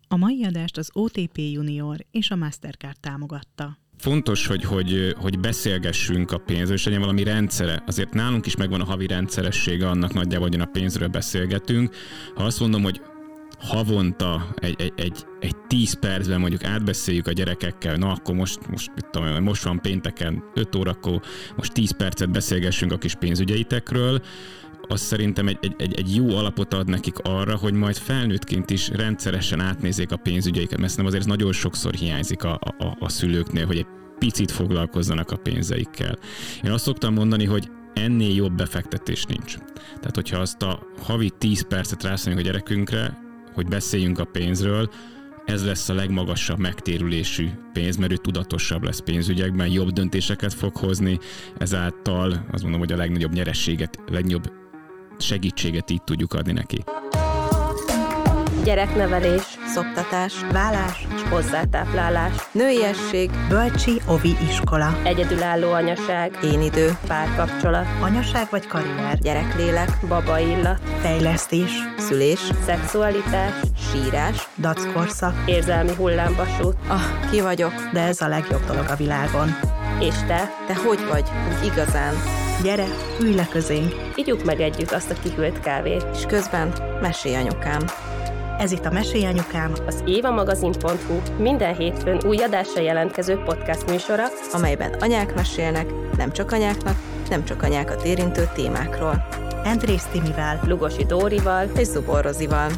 A mai adást az OTP Junior és a Mastercard támogatta. Fontos, hogy beszélgessünk a pénzről, és legyen valami rendszere. Azért nálunk is megvan a havi rendszeressége annak nagyjából, hogy a pénzről beszélgetünk. Ha azt mondom, hogy havonta egy 10 percben mondjuk átbeszéljük a gyerekekkel, na akkor most van pénteken 5 órakor, most 10 percet beszélgessünk a kis pénzügyeitekről, az szerintem egy jó alapot ad nekik arra, hogy majd felnőttként is rendszeresen átnézzék a pénzügyeiket, mert szerintem azért ez nagyon sokszor hiányzik a szülőknél, hogy egy picit foglalkozzanak a pénzeikkel. Én azt szoktam mondani, hogy ennél jobb befektetés nincs. Tehát, hogyha azt a havi 10 percet rászálljuk a gyerekünkre, hogy beszéljünk a pénzről, ez lesz a legmagasabb megtérülésű pénz, mert ő tudatosabb lesz pénzügyekben, jobb döntéseket fog hozni, ezáltal azt mondom, hogy a legnagyobb nyerességet, legnagyobb segítséget így tudjuk adni neki. Gyereknevelés, szoptatás, vállás és hozzátáplálás, nőiesség, Bölcsi ovi iskola, egyedülálló anyaság, énidő, párkapcsolat, anyaság vagy karrier, gyereklélek, baba illat, fejlesztés, szülés, szexualitás, sírás, dackorszak, érzelmi hullámvasút. Ki vagyok, de ez a legjobb dolog a világon. És te hogy vagy, úgy igazán? Gyere, ülj le közénk! Igyuk meg együtt azt a kihűlt kávét. És közben mesélj anyukám. Ez itt a Mesélj Anyukám, az évamagazin.hu minden hétfőn új adásra jelentkező podcast műsora, amelyben anyák mesélnek, nem csak anyáknak, nem csak anyákat érintő témákról. Andrész Timivel, Lugosi Dórival és Zubor Rozival.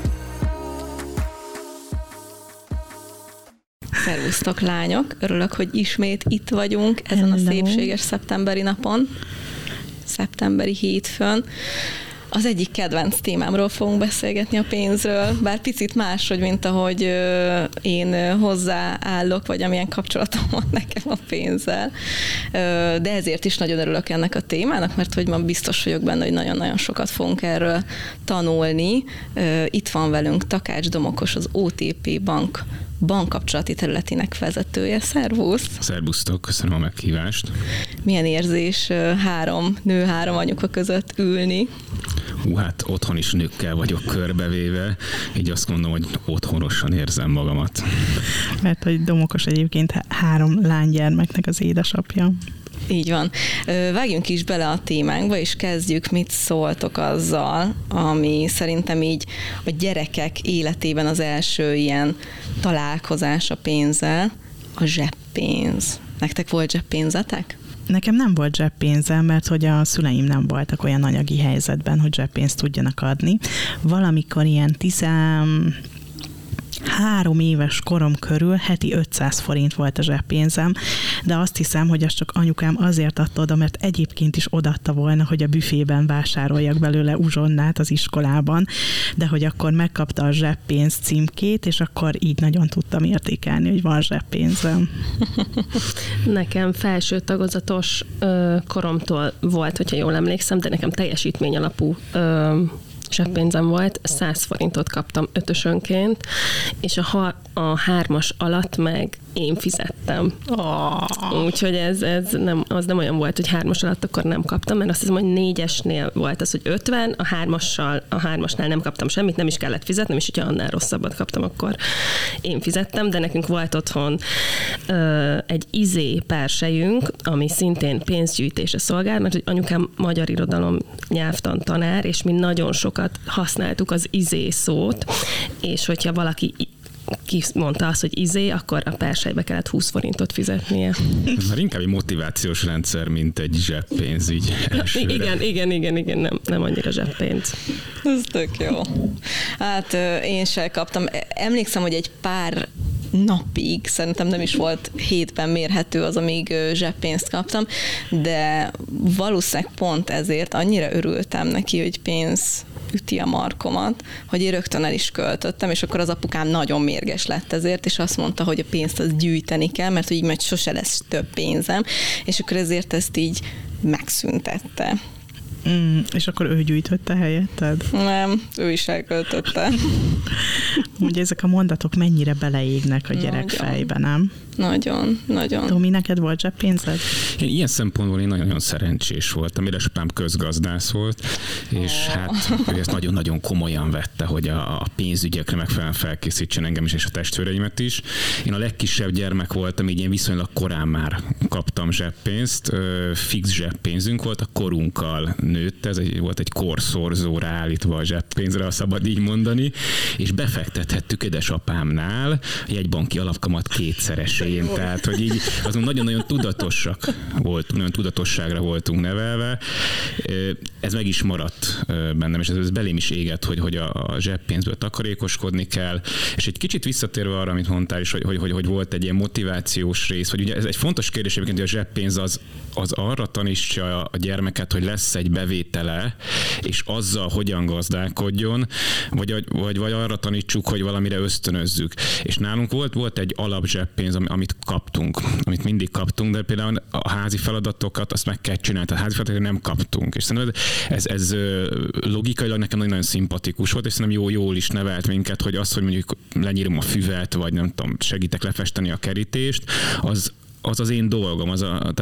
Szervusztok, lányok! Örülök, hogy ismét itt vagyunk ezen a szépséges szeptemberi napon, szeptemberi hétfőn. Az egyik kedvenc témámról fogunk beszélgetni, a pénzről, bár picit máshogy, mint ahogy én hozzáállok, vagy amilyen kapcsolatom van nekem a pénzzel. De ezért is nagyon örülök ennek a témának, mert hogy ma biztos vagyok benne, hogy nagyon-nagyon sokat fogunk erről tanulni. Itt van velünk Takács Domokos, az OTP Bank bankkapcsolati területének vezetője. Szervusz! Szervusztok, köszönöm a meghívást. Milyen érzés 3 nő, 3 anyuka között ülni? Hát otthon is nőkkel vagyok körbevéve, így azt mondom, hogy otthonosan érzem magamat. Mert hogy Domokos egyébként 3 lánygyermeknek az édesapja. Így van. Vágjunk is bele a témánkba, és kezdjük, mit szóltok azzal, ami szerintem így a gyerekek életében az első ilyen találkozás a pénzzel, a zseppénz. Nektek volt zseppénzetek? Nekem nem volt zseppénzem, mert hogy a szüleim nem voltak olyan anyagi helyzetben, hogy zseppénzt tudjanak adni. Valamikor ilyen 13 éves korom körül heti 500 forint volt a zseppénzem, de azt hiszem, hogy azt csak anyukám azért adta oda, mert egyébként is odaadta volna, hogy a büfében vásároljak belőle uzsonnát az iskolában, de hogy akkor megkapta a zseppénz címkét, és akkor így nagyon tudtam értékelni, hogy van zseppénzem. Nekem felső tagozatos koromtól volt, hogyha jól emlékszem, de nekem teljesítmény alapú zseppénzem volt, 100 forintot kaptam 5-ösönként, és a 3-as alatt meg én fizettem. Úgyhogy ez nem olyan volt, hogy 3-as alatt akkor nem kaptam, mert azt hiszem, hogy 4-esnél volt az, hogy 50, a 3-asnál nem kaptam semmit, nem is kellett fizetnem, és hogyha annál rosszabbat kaptam, akkor én fizettem, de nekünk volt otthon egy persejünk, ami szintén pénzgyűjtésre szolgál, mert hogy anyukám magyar irodalom nyelvtan tanár, és mi nagyon sokat használtuk az szót, és hogyha valaki mondta azt, hogy akkor a persejbe kellett 20 forintot fizetnie. Ez már inkább egy motivációs rendszer, mint egy zseppénz így elsőre. Igen, nem annyira zseppénz. Ez tök jó. Hát én sem kaptam. Emlékszem, hogy egy pár napig, szerintem nem is volt hétben mérhető az, amíg zseppénzt kaptam, de valószínűleg pont ezért annyira örültem neki, hogy pénz üti a markomat, hogy én rögtön el is költöttem, és akkor az apukám nagyon mérges lett ezért, és azt mondta, hogy a pénzt azt gyűjteni kell, mert hogy így majd sose lesz több pénzem, és akkor ezért ezt így megszüntette. És akkor ő gyűjtötte helyetted? Nem, ő is elköltötte. Ugye ezek a mondatok mennyire beleégnek a gyerek fejbe, nem? Nagyon, nagyon. Tomi, neked volt zseppénzed? Ilyen szempontból én nagyon szerencsés voltam. Édesapám közgazdász volt, és hát ő ezt nagyon-nagyon komolyan vette, hogy a pénzügyekre megfelelően felkészítsen engem is, és a testvéreimet is. Én a legkisebb gyermek voltam, így én viszonylag korán már kaptam zseppénzt. Fix zseppénzünk volt, a korunkkal nőtt, volt egy korszorzó ráállítva a zseppénzre, ha szabad így mondani, és befektethettük édesapámnál jegybanki alapkamat kétszeresén. Tehát, hogy így azon nagyon-nagyon tudatosak voltunk, nagyon tudatosságra voltunk nevelve. Ez meg is maradt bennem, és ez belém is égett, hogy a zseppénzből takarékoskodni kell. És egy kicsit visszatérve arra, amit mondtál is, hogy volt egy ilyen motivációs rész, hogy ugye ez egy fontos kérdés, hogy a zseppénz az arra tanítja a gyermeket, hogy lesz egy bevétele, és azzal hogyan gazdálkodjon, vagy arra tanítsuk, hogy valamire ösztönözzük. És nálunk volt egy alapzseppénz, amit kaptunk, amit mindig kaptunk, de például a házi feladatokat azt meg kell csinálni, tehát a házi feladatokat nem kaptunk. És szerintem ez logikailag nekem nagyon szimpatikus volt, és szerintem jól is nevelt minket, hogy az, hogy mondjuk lenyírom a füvet, vagy nem tudom, segítek lefesteni a kerítést, az én dolgom,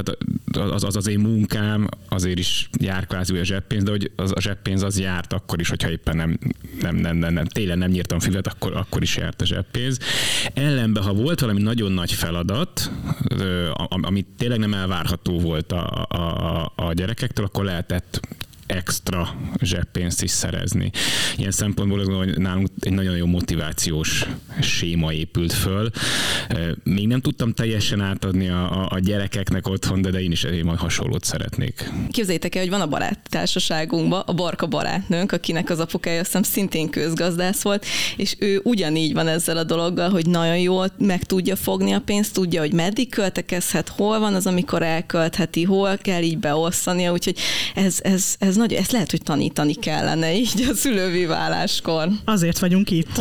az én munkám, azért is jár kvázi a zseppénz, de hogy a zseppénz az járt akkor is, hogyha éppen nem télen nem nyírtam füvet, akkor is járt a zseppénz. Ellenben, ha volt valami nagyon nagy feladat, ami tényleg nem elvárható volt a gyerekektől, akkor lehetett extra zseppénzt is szerezni. Ilyen szempontból hogy nálunk egy nagyon jó motivációs séma épült föl. Még nem tudtam teljesen átadni a gyerekeknek otthon, de én is majd hasonlót szeretnék. Képzeljétek el, hogy van a baráttársaságunkban a Barka barátnőnk, akinek az apukája azt hiszem szintén közgazdász volt, és ő ugyanígy van ezzel a dologgal, hogy nagyon jól meg tudja fogni a pénzt, tudja, hogy meddig költekezhet, hol van az, amikor elköltheti, hol kell így beosztania, úgyhogy ez nagyon, ezt lehet, hogy tanítani kellene így a szülővé váláskor. Azért vagyunk itt.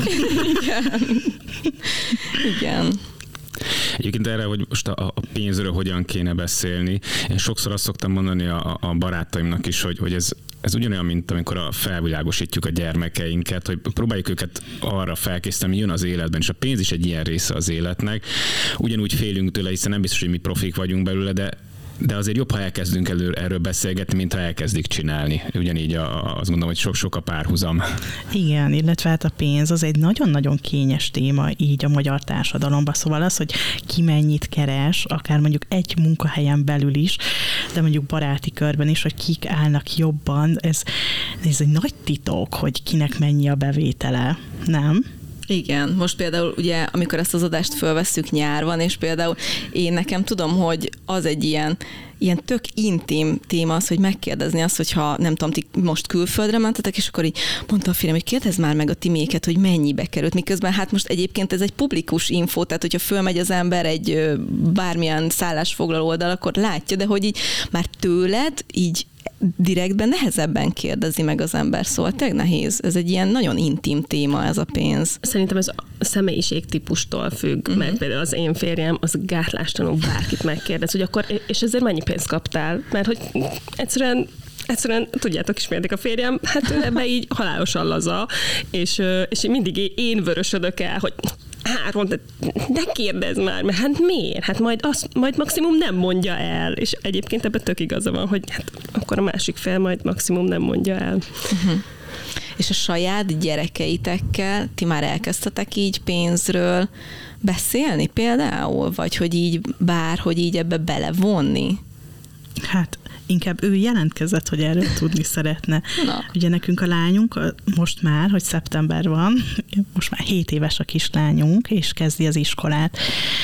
Igen. Egyébként erre, hogy most a pénzről hogyan kéne beszélni, én sokszor azt szoktam mondani a barátaimnak is, hogy ez ugyanolyan, mint amikor felvilágosítjuk a gyermekeinket, hogy próbáljuk őket arra felkészíteni, hogy jön az életben, és a pénz is egy ilyen része az életnek. Ugyanúgy félünk tőle, hiszen nem biztos, hogy mi profik vagyunk belőle, de azért jobb, ha elkezdünk erről beszélgetni, mint ha elkezdik csinálni. Ugyanígy azt mondom, hogy sok a párhuzam. Igen, illetve hát a pénz az egy nagyon-nagyon kényes téma így a magyar társadalomban. Szóval az, hogy ki mennyit keres, akár mondjuk egy munkahelyen belül is, de mondjuk baráti körben is, hogy kik állnak jobban, ez egy nagy titok, hogy kinek mennyi a bevétele, nem? Igen, most például ugye, amikor ezt az adást fölvesszük, nyár van, és például én nekem tudom, hogy az egy ilyen tök intim téma az, hogy megkérdezni azt, hogyha nem tudom, ti most külföldre mentetek, és akkor így mondta a férjem, hogy kérdezd már meg a Timéket, hogy mennyibe került, miközben hát most egyébként ez egy publikus info, tehát hogyha fölmegy az ember egy bármilyen szállásfoglaló oldal, akkor látja, de hogy így már tőled így direktben nehezebben kérdezi meg az ember, szóval tényleg nehéz. Ez egy ilyen nagyon intim téma, ez a pénz. Szerintem ez a személyiségtípustól függ, mert például az én férjem az gátlástalanul bárkit megkérdez, hogy akkor, és ezért mennyi pénzt kaptál? Mert hogy egyszerűen tudjátok, ismerték a férjem, hát ő ebbe így halálosan laza, és mindig én vörösödök el, hogy de ne kérdezz már, mert hát miért? Hát majd maximum nem mondja el, és egyébként ebben tök igaza van, hogy hát akkor a másik fél majd maximum nem mondja el. Uh-huh. És a saját gyerekeitekkel ti már elkezdtetek így pénzről beszélni például? Vagy hogy így hogy így ebbe belevonni? Hát inkább ő jelentkezett, hogy erről tudni szeretne. Na. Ugye nekünk a lányunk most már, hogy szeptember van, most már 7 éves a kislányunk, és kezdi az iskolát.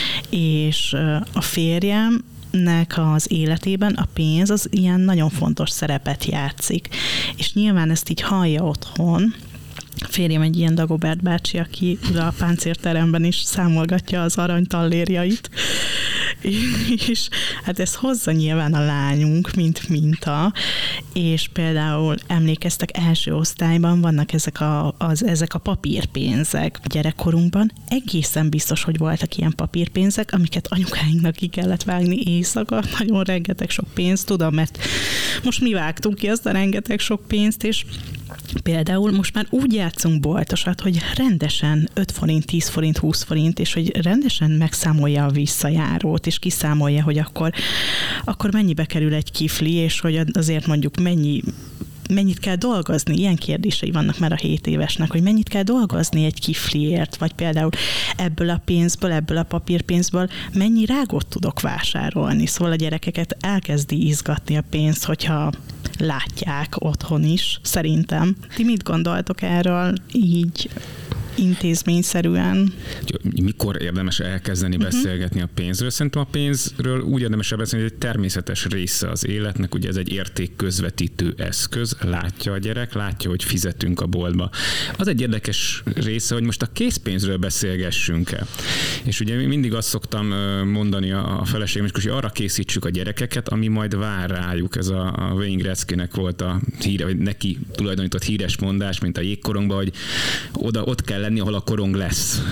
És a férjemnek az életében a pénz az ilyen nagyon fontos szerepet játszik. És nyilván ezt így hallja otthon. A férjem egy ilyen Dagobert bácsi, aki a páncélteremben is számolgatja az aranytallérjait, És hát ez hozza nyilván a lányunk, mint minta, és például emlékeztek, első osztályban vannak ezek a papírpénzek. Gyerekkorunkban egészen biztos, hogy voltak ilyen papírpénzek, amiket anyukáinknak ki kellett vágni éjszaka, nagyon rengeteg sok pénzt, tudom, mert most mi vágtunk ki azt a rengeteg sok pénzt, és például most már úgy játszunk boltosat, hogy rendesen 5 forint, 10 forint, 20 forint, és hogy rendesen megszámolja a visszajárót, és kiszámolja, hogy akkor mennyibe kerül egy kifli, és hogy azért mondjuk mennyit kell dolgozni. Ilyen kérdései vannak már a 7 évesnek, hogy mennyit kell dolgozni egy kifliért, vagy például ebből a pénzből, ebből a papírpénzből mennyi rágot tudok vásárolni. Szóval a gyerekeket elkezdi izgatni a pénzt, hogyha látják otthon is, szerintem. Ti mit gondoltok erről így intézményszerűen? Mikor érdemes elkezdeni beszélgetni a pénzről? Szerintem a pénzről úgy érdemes beszélni, hogy egy természetes része az életnek, ugye ez egy értékközvetítő eszköz, látja a gyerek, látja, hogy fizetünk a boltba. Az egy érdekes része, hogy most a készpénzről beszélgessünk-e. És ugye mindig azt szoktam mondani a feleségem, hogy arra készítsük a gyerekeket, ami majd vár rájuk. Ez a Wayne Gretzkynek volt a híre, vagy neki tulajdonított híres mondás, mint a jégkorongban, hogy ott kell lenni, ahol a korong lesz.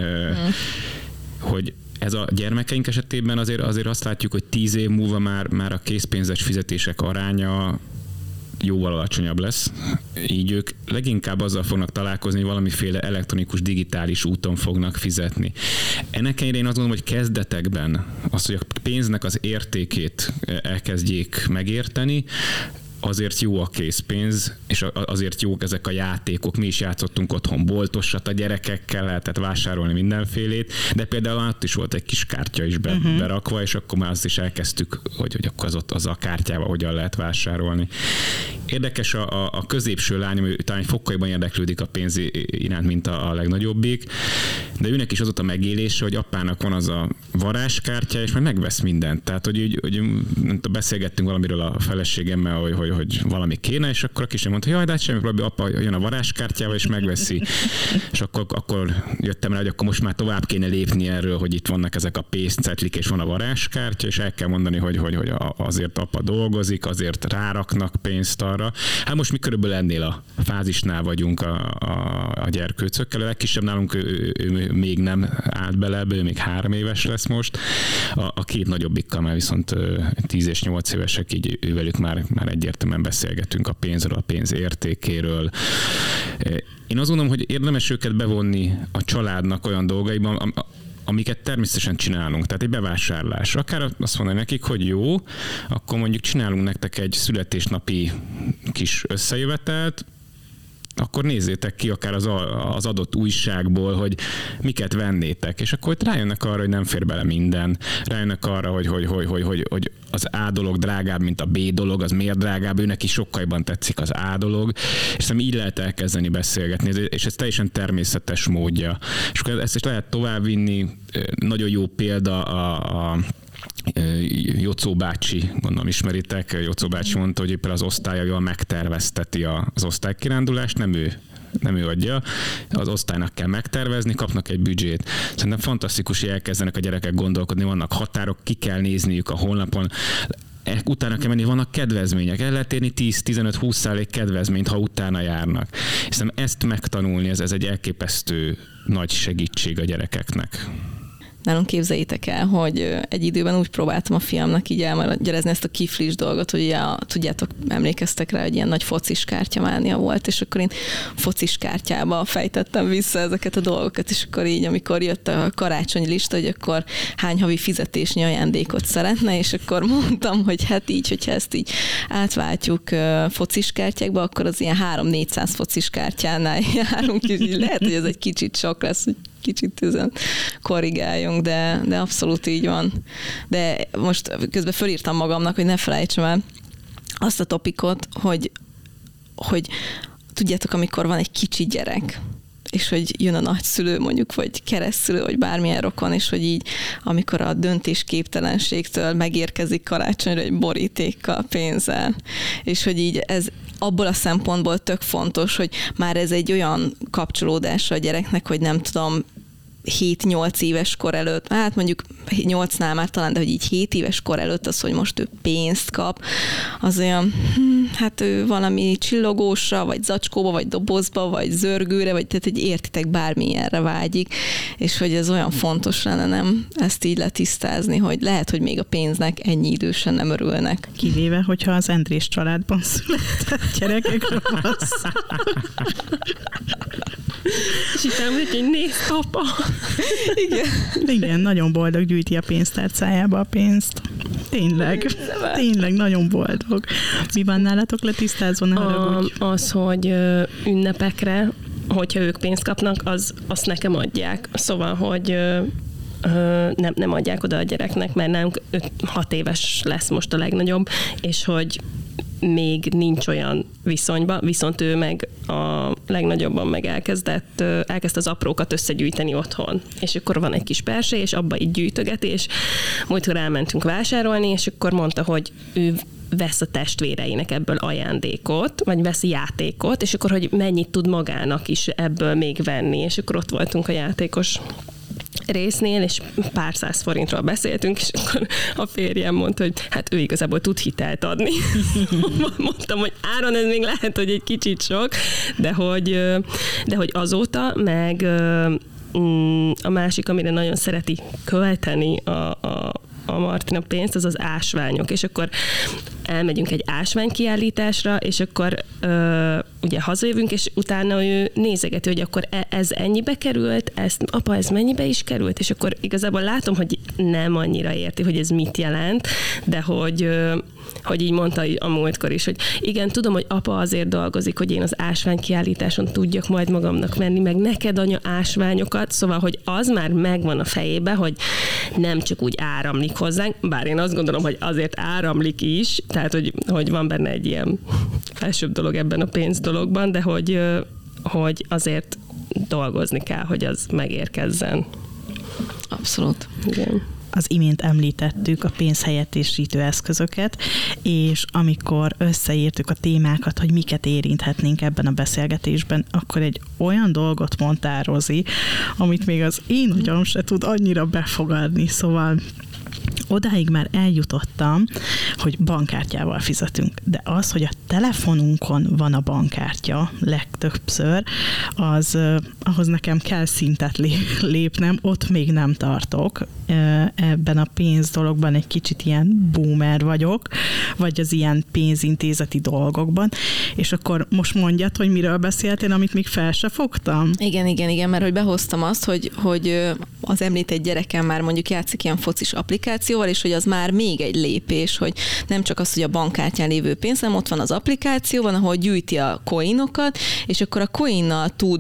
Hogy ez a gyermekeink esetében azért azt látjuk, hogy 10 év múlva már a készpénzes fizetések aránya jóval alacsonyabb lesz. Így ők leginkább azzal fognak találkozni, hogy valamiféle elektronikus, digitális úton fognak fizetni. Ennek ellenére én azt gondolom, hogy kezdetekben az, hogy a pénznek az értékét elkezdjék megérteni, azért jó a készpénz, és azért jók ezek a játékok. Mi is játszottunk otthon boltosat a gyerekekkel, lehetett vásárolni mindenfélét, de például ott is volt egy kis kártya is berakva, és akkor már azt is elkezdtük, hogy akkor az a kártyával hogyan lehet vásárolni. Érdekes a középső lány, ami talán fokkal érdeklődik a pénz iránt, mint a legnagyobbik, de őnek is az ott a megélése, hogy apának van az a varázskártya, és majd megvesz mindent. Tehát, hogy beszélgettünk valamiről a feleségemmel, hogy valami kéne, és akkor a kisem mondta, hogy jaj, de hát semmi probléma, apa jön a varázskártyával, és megveszi. És akkor jöttem rá, hogy akkor most már tovább kéne lépni erről, hogy itt vannak ezek a pénzcetlik, és van a varázskártya, és el kell mondani, hogy azért apa dolgozik, azért ráraknak pénzt arra. Hát most mi körülbelül ennél a fázisnál vagyunk a gyerkőcökkel. A legkisebb nálunk ő még nem állt bele, ő még 3 éves lesz most. A 2 nagyobbikkal már viszont 10 és 8 évesek, így ővelük már egyértelműen beszélgetünk a pénzről, a pénz értékéről. Én azt gondolom, hogy érdemes őket bevonni a családnak olyan dolgaiban, amiket természetesen csinálunk. Tehát egy bevásárlás. Akár azt mondani nekik, hogy jó, akkor mondjuk csinálunk nektek egy születésnapi kis összejövetelt, akkor nézzétek ki akár az adott újságból, hogy miket vennétek, és akkor rájönnek arra, hogy nem fér bele minden, rájönnek arra, hogy az A dolog drágább, mint a B dolog, az miért drágább, őnek is sokkal jobban tetszik az A dolog, és szerintem így lehet elkezdeni beszélgetni, és ez teljesen természetes módja. És akkor ezt is lehet továbbvinni, nagyon jó példa a Jocó bácsi, gondolom ismeritek, Jocó bácsi mondta, hogy éppen az osztályaival megtervezteti az osztálykirándulást, nem ő adja, az osztálynak kell megtervezni, kapnak egy büdzsét. Szerintem fantasztikus, hogy elkezdenek a gyerekek gondolkodni, vannak határok, ki kell nézniük a honlapon, utána kell menni, vannak kedvezmények, el lehet érni 10-15-20% kedvezményt, ha utána járnak. Hiszen ezt megtanulni, ez egy elképesztő nagy segítség a gyerekeknek. Nálunk képzeljétek el, hogy egy időben úgy próbáltam a fiamnak így elmagyarázni ezt a kiflis dolgot, hogy tudjátok, emlékeztek rá, hogy ilyen nagy focis kártyamánia volt, és akkor én focis kártyába fejtettem vissza ezeket a dolgokat, és akkor így, amikor jött a karácsonyi lista, hogy akkor hány havi fizetésnyi ajándékot szeretne, és akkor mondtam, hogy hát így, hogyha ezt így átváltjuk focis kártyákba, akkor az ilyen 300-400 focis kártyánál járunk, és így lehet, hogy ez egy kicsit sok lesz, hogy kicsit ezen korrigáljunk, de abszolút így van. De most közben fölírtam magamnak, hogy ne felejtsem el azt a topikot, hogy tudjátok, amikor van egy kicsi gyerek, és hogy jön a nagyszülő mondjuk, vagy keresztszülő, vagy bármilyen rokon, és hogy így, amikor a döntésképtelenségtől megérkezik karácsonyra egy borítékkal, pénzzel, és hogy így ez abból a szempontból tök fontos, hogy már ez egy olyan kapcsolódása a gyereknek, hogy nem tudom, 7-8 éves kor előtt, hát mondjuk 8-nál már talán, de hogy így 7 éves kor előtt az, hogy most ő pénzt kap, az olyan, hát ő valami csillogósra, vagy zacskóba, vagy dobozba, vagy zörgőre, vagy tehát, hogy értitek, bármilyenre vágyik, és hogy ez olyan fontos lenne, nem ezt így letisztázni, hogy lehet, hogy még a pénznek ennyi idősen nem örülnek. Kivéve, hogyha az Endrés családban született gyerekekről van szó. És itt elmondjuk, hogy nézd, apa! Igen, nagyon boldog, gyűjti a pénztárcájába a pénzt. Tényleg nagyon boldog. Mi van nálatok letisztázva, ne haragudj? Az, hogy ünnepekre, hogyha ők pénzt kapnak, azt nekem adják. Szóval, hogy nem adják oda a gyereknek, mert nálunk 6 éves lesz most a legnagyobb, és hogy még nincs olyan viszonyban, viszont ő meg a legnagyobban meg elkezdte az aprókat összegyűjteni otthon. És akkor van egy kis persé, és abba így gyűjtögeti, és múltkor elmentünk vásárolni, és akkor mondta, hogy ő vesz a testvéreinek ebből ajándékot, vagy vesz játékot, és akkor, hogy mennyit tud magának is ebből még venni, és akkor ott voltunk a játékos résznél, és pár 100 forintról beszéltünk, és akkor a férjem mondta, hogy hát ő igazából tud hitelt adni. Mondtam, hogy áron ez még lehet, hogy egy kicsit sok, de hogy azóta, meg a másik, amire nagyon szereti költeni a Martina pénzt, az az ásványok, és akkor elmegyünk egy ásványkiállításra, és akkor ugye hazajövünk, és utána ő nézegeti, hogy akkor ez ennyibe került, apa, ez mennyibe is került, és akkor igazából látom, hogy nem annyira érti, hogy ez mit jelent, de hogy így mondta a múltkor is, hogy igen, tudom, hogy apa azért dolgozik, hogy én az ásványkiállításon tudjak majd magamnak venni, meg neked, anya, ásványokat, szóval, hogy az már megvan a fejébe, hogy nem csak úgy áramlik hozzánk, bár én azt gondolom, hogy azért áramlik is, tehát, hogy van benne egy ilyen felsőbb dolog ebben a pénz dologban, de hogy azért dolgozni kell, hogy az megérkezzen. Abszolút. Igen. Az imént említettük a pénzhelyettesítő eszközöket, és amikor összeírtuk a témákat, hogy miket érinthetnénk ebben a beszélgetésben, akkor egy olyan dolgot mondtál, Rozi, amit még az én agyam se tud annyira befogadni, szóval odáig már eljutottam, hogy bankkártyával fizetünk. De az, hogy a telefonunkon van a bankkártya legtöbbször, ahhoz nekem kell szintet lépnem, ott még nem tartok. Ebben a pénz dologban egy kicsit ilyen boomer vagyok, vagy az ilyen pénzintézeti dolgokban. És akkor most mondjad, hogy miről beszéltél, amit még fel se fogtam? Igen, mert hogy behoztam azt, hogy az említett gyerekem már mondjuk játszik ilyen focis applikációval, és hogy az már még egy lépés, hogy nem csak az, hogy a bankkártyán lévő pénz, hanem ott van az applikációban, ahol gyűjti a coinokat, és akkor a coinnal tud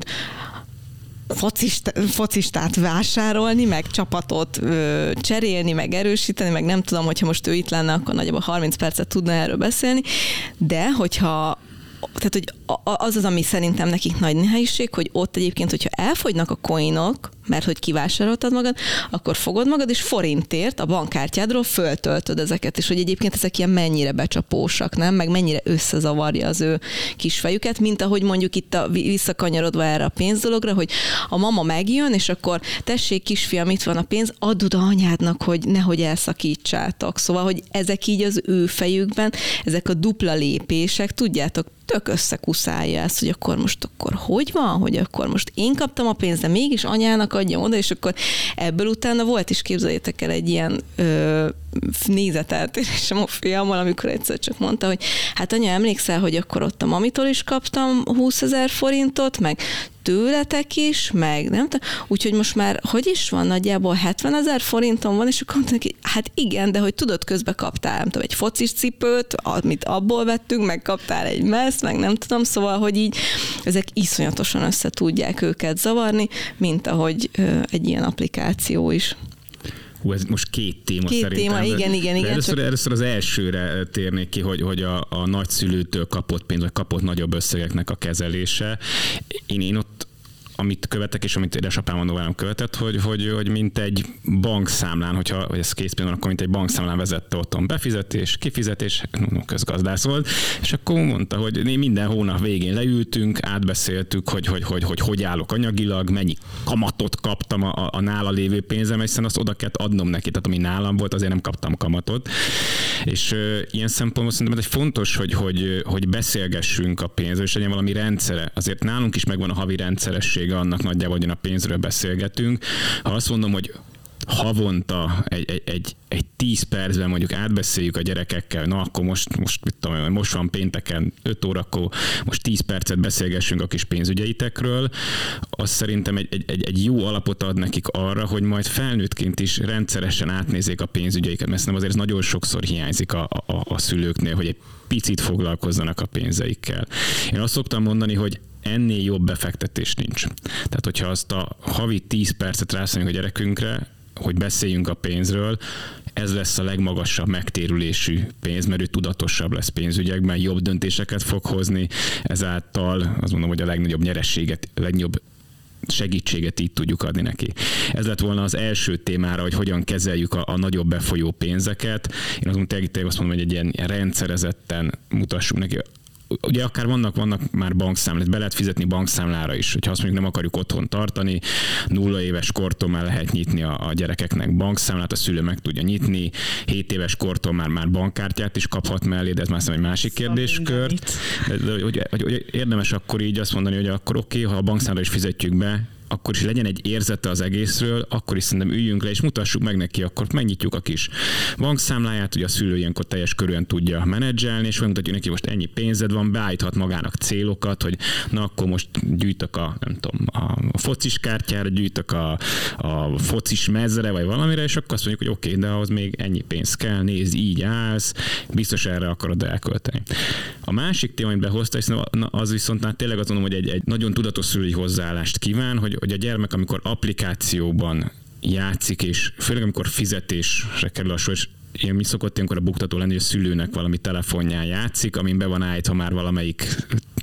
focistát vásárolni, meg csapatot cserélni, meg erősíteni, meg nem tudom, hogyha most ő itt lenne, akkor nagyjából 30 percet tudna erről beszélni, de tehát, hogy az, ami szerintem nekik nagy nehézség, hogy ott egyébként, hogyha elfogynak a coinok, mert hogy kivásároltad magad, akkor fogod magad, és forintért a bankkártyádról föltöltöd ezeket, és hogy egyébként ezek ilyen mennyire becsapósak, nem? Meg mennyire összezavarja az ő kis fejüket, mint ahogy mondjuk itt visszakanyarodva erre a pénzdologra, hogy a mama megjön, és akkor tessék, kisfiam, itt van a pénz, add oda anyádnak, hogy nehogy elszakítsátok. Szóval, hogy ezek így az ő fejükben, ezek a dupla lépések, tudjátok, tök összekuszálja ezt, hogy akkor hogy van, hogy akkor most én kaptam a pénzt, de mégis anyának adjam oda, és akkor ebből utána volt is, képzeljétek el, egy ilyen nézeteltérésem a fiammal, amikor egyszer csak mondta, hogy hát anya, emlékszel, hogy akkor ott a mamitól is kaptam 20 000 forintot, meg tőletek is, meg nem tudom. Úgyhogy most már, hogy is van, nagyjából 70 000 forintom van, és akkor mondta neki, hát igen, de hogy tudod, közben kaptál, nem tudom, egy focis cipőt, amit abból vettünk, meg kaptál egy meszt, meg nem tudom, szóval, hogy így ezek iszonyatosan össze tudják őket zavarni, mint ahogy egy ilyen applikáció is. Ez most két téma szerintem. Igen. Először az elsőre térnék ki, hogy a nagyszülőtől kapott pénz, vagy kapott nagyobb összegeknek a kezelése. Én ott amit követek, és amit édesapám annó velem követett, hogy mint egy bankszámlán, vagy ez készpénzben, akkor mint egy bankszámlán vezette otthon befizetés, kifizetés, közgazdász volt, és akkor mondta, hogy minden hónap végén leültünk, átbeszéltük, hogy állok anyagilag, mennyi kamatot kaptam a nála lévő pénzem, hiszen azt oda kellett adnom neki, tehát ami nálam volt, azért nem kaptam kamatot. És ilyen szempontból szerintem ez egy fontos, hogy beszélgessünk a pénzről, és legyen valami rendszere. Azért nálunk is megvan a havi rendszeressége annak nagyjából, hogy a pénzről beszélgetünk. Ha azt mondom, hogy havonta egy 10 percben mondjuk átbeszéljük a gyerekekkel, na akkor most van pénteken 5 órakor, most 10 percet beszélgessünk a kis pénzügyeitekről, az szerintem egy jó alapot ad nekik arra, hogy majd felnőttként is rendszeresen átnézzék a pénzügyeiket, mert szerintem azért ez nagyon sokszor hiányzik a szülőknél, hogy egy picit foglalkozzanak a pénzeikkel. Én azt szoktam mondani, hogy ennél jobb befektetés nincs. Tehát, hogyha azt a havi 10 percet rászálljuk a gyerekünkre, hogy beszéljünk a pénzről, ez lesz a legmagasabb megtérülésű pénz, mert ő tudatosabb lesz pénzügyekben, jobb döntéseket fog hozni, ezáltal azt mondom, hogy a legnagyobb nyerességet, a legnagyobb segítséget így tudjuk adni neki. Ez lett volna az első témára, hogy hogyan kezeljük a nagyobb befolyó pénzeket. Én azt mondom, hogy egy ilyen rendszerezetten mutassuk neki. Ugye akár vannak már bankszámlát, be lehet fizetni bankszámlára is, hogyha azt mondjuk nem akarjuk otthon tartani, 0 éves kortól már lehet nyitni a gyerekeknek bankszámlát, a szülő meg tudja nyitni, 7 éves kortól már bankkártyát is kaphat mellé, de ez már egy másik kérdéskör. Hogy érdemes akkor így azt mondani, hogy akkor oké, ha a bankszámlára is fizetjük be, akkor is legyen egy érzete az egészről, akkor is szerintem üljünk le, és mutassuk meg neki, akkor megnyitjuk a kis bankszámláját, hogy a szülő ilyenkor teljes körűen tudja menedzselni, és megmutatjuk neki, most ennyi pénzed van, beállíthat magának célokat, hogy na akkor most gyűjtök a focis kártyára, gyűjtök a focis mezre, vagy valamire, és akkor azt mondjuk, hogy oké, de ahhoz még ennyi pénz kell, nézd, így állsz, biztos erre akarod elkölteni. A másik téma, amit behozta, az viszont tényleg azt mondom, hogy egy nagyon tudatos szülői hozzáállást kíván, hogy a gyermek, amikor applikációban játszik, és főleg amikor fizetésre kerül a sor, és mi szokott ilyenkor a buktató lenni, hogy a szülőnek valami telefonján játszik, amin be van állítva már valamelyik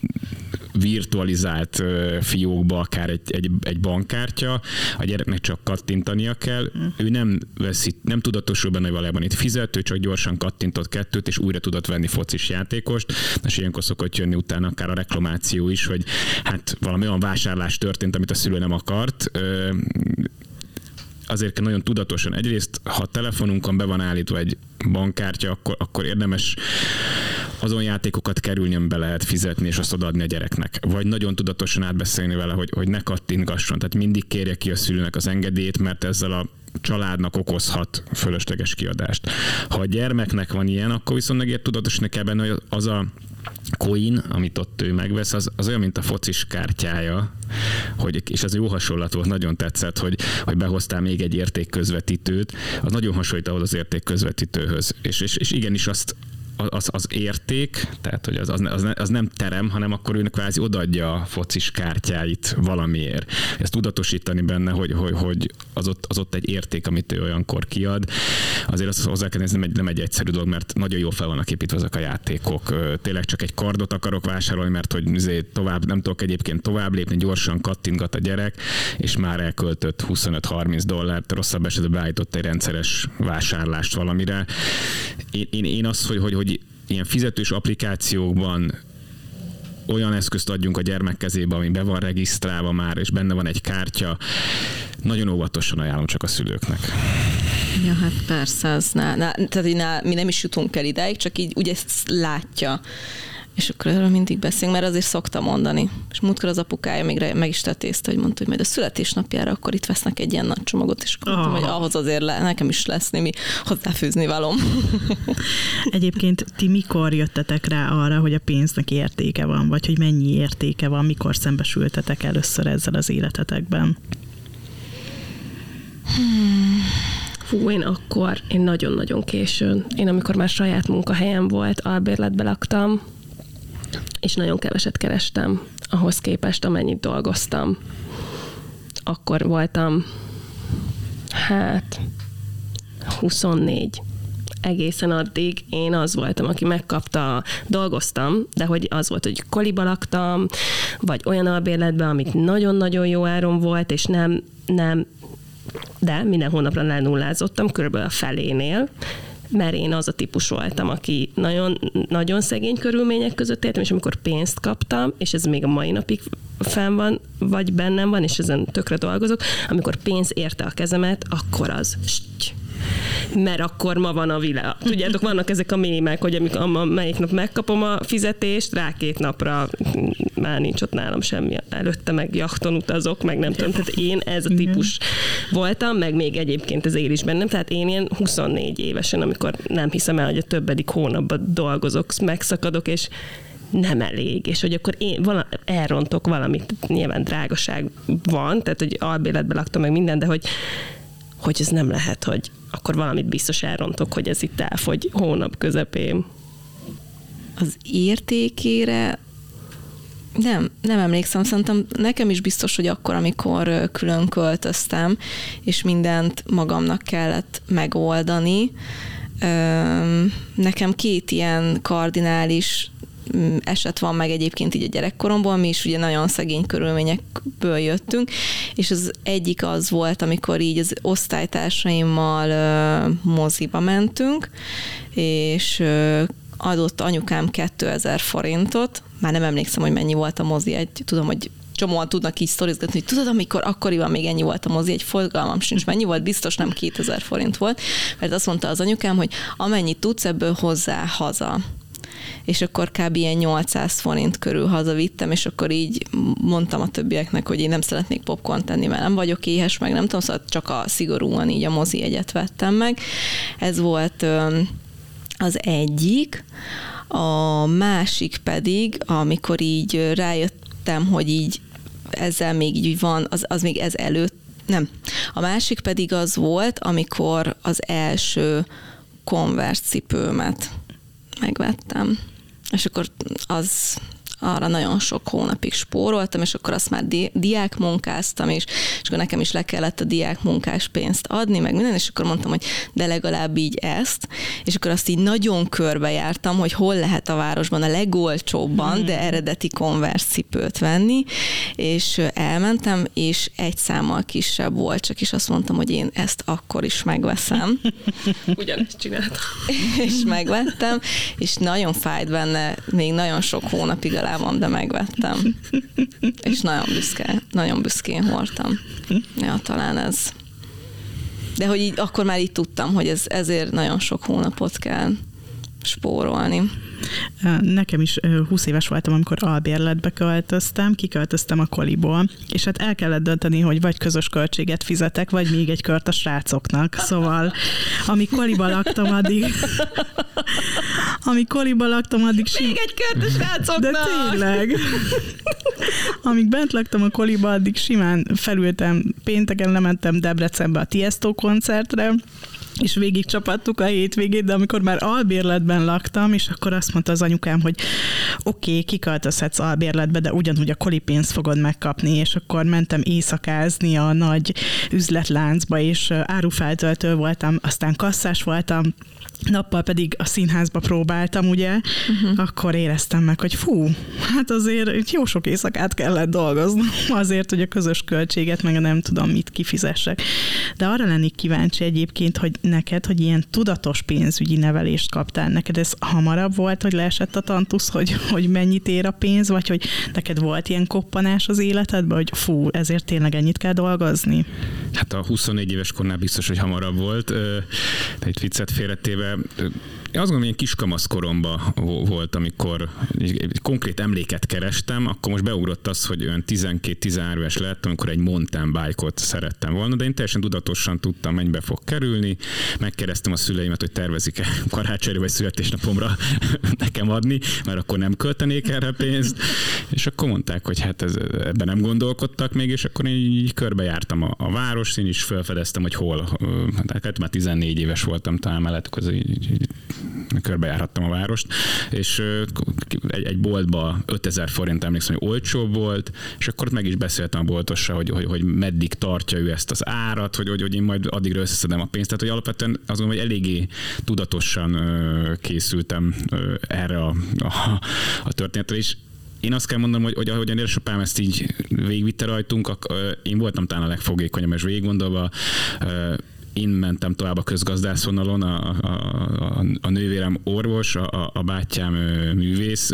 virtualizált fiókba akár egy bankkártya, a gyereknek csak kattintania kell, ő nem tudatosul benne, hogy valójában itt fizet, ő csak gyorsan kattintott 2-t, és újra tudott venni focis játékost, és ilyenkor szokott jönni utána akár a reklamáció is, hogy hát valami olyan vásárlás történt, amit a szülő nem akart. Azért kell nagyon tudatosan. Egyrészt, ha a telefonunkon be van állítva egy bankkártya, akkor érdemes azon játékokat kerülni, amiben lehet fizetni, és azt odaadni a gyereknek. Vagy nagyon tudatosan átbeszélni vele, hogy ne kattintgasson. Tehát mindig kérje ki a szülőnek az engedélyt, mert ezzel a családnak okozhat fölösleges kiadást. Ha a gyermeknek van ilyen, akkor viszont megért tudatosan kell benne, hogy az a coin, amit ott ő megvesz, az olyan, mint a focis kártyája, és ez jó hasonlat volt, nagyon tetszett, hogy behoztál még egy értékközvetítőt, az nagyon hasonlít ahhoz az értékközvetítőhöz. És igenis az érték, tehát hogy az nem terem, hanem akkor őnek kvázi odaadja a focis kártyáit valamiért. Ezt tudatosítani benne, hogy az ott egy érték, amit ő olyankor kiad. Azért azt hozzá kell nézni, nem egy egyszerű dolog, mert nagyon jól fel vannak építve ezek a játékok. Tényleg csak egy kardot akarok vásárolni, mert hogy nem tudok egyébként tovább lépni, gyorsan kattintgat a gyerek, és már elköltött $25-30, rosszabb esetben beállított egy rendszeres vásárlást valamire. Én azt, hogy ilyen fizetős applikációkban olyan eszközt adjunk a gyermek kezébe, ami be van regisztrálva már, és benne van egy kártya, nagyon óvatosan ajánlom csak a szülőknek. Ja, hát persze, mi nem is jutunk el idáig, csak így ugye ezt látja. És akkor erről mindig beszélünk, mert azért szoktam mondani. És múltkor az apukája még meg is tetézte, hogy mondta, hogy majd a születésnapjára akkor itt vesznek egy ilyen nagy csomagot, és akkor mondtam, hogy ahhoz azért nekem is lesz némi hozzáfűzni valóm. Egyébként ti mikor jöttetek rá arra, hogy a pénznek értéke van, vagy hogy mennyi értéke van, mikor szembesültetek először ezzel az életetekben? Én nagyon-nagyon későn. Én amikor már saját munkahelyem volt, albérletbe laktam, és nagyon keveset kerestem ahhoz képest, amennyit dolgoztam. Akkor voltam, 24. egészen addig én az voltam, aki megkapta, dolgoztam, de hogy az volt, hogy koliba laktam, vagy olyan albérletben, amit nagyon-nagyon jó áron volt, és nem, de minden hónapra lenullázottam, körülbelül a felénél, mert én az a típus voltam, aki nagyon, nagyon szegény körülmények között éltem, és amikor pénzt kaptam, és ez még a mai napig fenn van, vagy bennem van, és ezen tökre dolgozok, amikor pénz érte a kezemet, akkor az mert akkor ma van a világ. Tudjátok, vannak ezek a mémek, hogy melyik nap megkapom a fizetést, rá 2 napra már nincs ott nálam semmi. Előtte meg jachton utazok, meg nem tudom. Tehát én ez a típus voltam, meg még egyébként ez él is bennem. Tehát én ilyen 24 évesen, amikor nem hiszem el, hogy a többedik hónapban dolgozok, megszakadok, és nem elég, és hogy akkor én elrontok valamit, nyilván drágaság van, tehát hogy albérletben laktam meg minden, de hogy ez nem lehet, hogy akkor valamit biztos elrontok, hogy ez itt elfogy hónap közepén. Az értékére nem emlékszem, szerintem nekem is biztos, hogy akkor, amikor külön költöztem, és mindent magamnak kellett megoldani, nekem 2 ilyen kardinális eset van meg egyébként így a gyerekkoromból, mi is ugye nagyon szegény körülményekből jöttünk, és az egyik az volt, amikor így az osztálytársaimmal moziba mentünk, és adott anyukám 2000 forintot, már nem emlékszem, hogy mennyi volt a mozi, tudom, hogy csomóan tudnak így sztorizgatni, hogy tudod, amikor akkoriban még ennyi volt a mozi, egy fogalmam sincs, mennyi volt, biztos nem 2000 forint volt, mert azt mondta az anyukám, hogy amennyit tudsz, ebből hozzá haza. És akkor kb. Ilyen 800 forint körül hazavittem, és akkor így mondtam a többieknek, hogy én nem szeretnék popcornt tenni, mert nem vagyok éhes, meg nem tudom, szóval csak szigorúan így a mozi jegyet vettem meg. Ez volt az egyik. A másik pedig, amikor így rájöttem, hogy így ezzel még így van, az még ez előtt, nem. A másik pedig az volt, amikor az első Converse cipőmet megvettem. És akkor arra nagyon sok hónapig spóroltam, és akkor azt már diákmunkáztam, és akkor nekem is le kellett a diákmunkás pénzt adni, meg minden, és akkor mondtam, hogy de legalább így ezt, és akkor azt így nagyon körbejártam, hogy hol lehet a városban a legolcsóbban, de eredeti Converse cipőt venni, és elmentem, és 1 számmal kisebb volt, csak is azt mondtam, hogy én ezt akkor is megveszem. Ugyanezt csináltam. És megvettem, és nagyon fájt benne, még nagyon sok hónapig alá van, de megvettem. És nagyon büszkén hordtam. Ja, talán ez. De hogy így, akkor már így tudtam, hogy ezért nagyon sok hónapot kell spórolni. Nekem is 20 éves voltam, amikor albérletbe költöztem, kiköltöztem a koliból, és hát el kellett dönteni, hogy vagy közös költséget fizetek, vagy még egy kört a srácoknak. Szóval, amíg koliba laktam, addig még egy kört a srácoknak! De tényleg! Amíg bent laktam a koliba, addig simán felültem, pénteken lementem Debrecenbe a Tiesto koncertre, és végig csapattuk a hétvégét, de amikor már albérletben laktam, és akkor azt mondta az anyukám, hogy oké, kiköltözhetsz albérletbe, de ugyanúgy a kolipénzt fogod megkapni, és akkor mentem éjszakázni a nagy üzletláncba, és árufeltöltő voltam, aztán kasszás voltam, nappal pedig a színházba próbáltam, ugye, akkor éreztem meg, hogy hát azért jó sok éjszakát kellett dolgoznom azért, hogy a közös költséget, meg a nem tudom mit kifizessek. De arra lennék kíváncsi egyébként, hogy neked, hogy ilyen tudatos pénzügyi nevelést kaptál, neked ez hamarabb volt, hogy leesett a tantusz, hogy mennyit ér a pénz, vagy hogy neked volt ilyen koppanás az életedben, hogy ezért tényleg ennyit kell dolgozni? Hát a 24 éves kornál biztos, hogy hamarabb volt. De itt viccet félretéve, én azt gondolom, hogy kiskamasz koromban volt, amikor egy konkrét emléket kerestem, akkor most beugrott az, hogy olyan 12-13 éves lett, amikor egy mountain bike-ot szerettem volna, de én teljesen tudatosan tudtam, mennyibe fog kerülni. Megkérdeztem a szüleimet, hogy tervezik-e karácsonyra vagy születésnapomra nekem adni, mert akkor nem költenék erre pénzt. És akkor mondták, hogy hát ebben nem gondolkodtak még, és akkor én így körbejártam a várost, én is felfedeztem, hogy hol. Hát már 14 éves voltam talán mellettük, az így körbejárhattam a várost, és egy boltba 5000 forint, emlékszem, hogy olcsóbb volt, és akkor meg is beszéltem a boltossal, hogy meddig tartja ő ezt az árat, hogy én majd addigra összeszedem a pénzt. Tehát, hogy alapvetően azt gondolom, hogy eléggé tudatosan készültem erre a történetre, és én azt kell mondanom, hogy ahogyan édesapám ezt így végigvitte rajtunk, én voltam talán a legfogékonyabb, és végig gondolva, én mentem tovább a közgazdászvonalon, a nővérem orvos, a bátyám művész.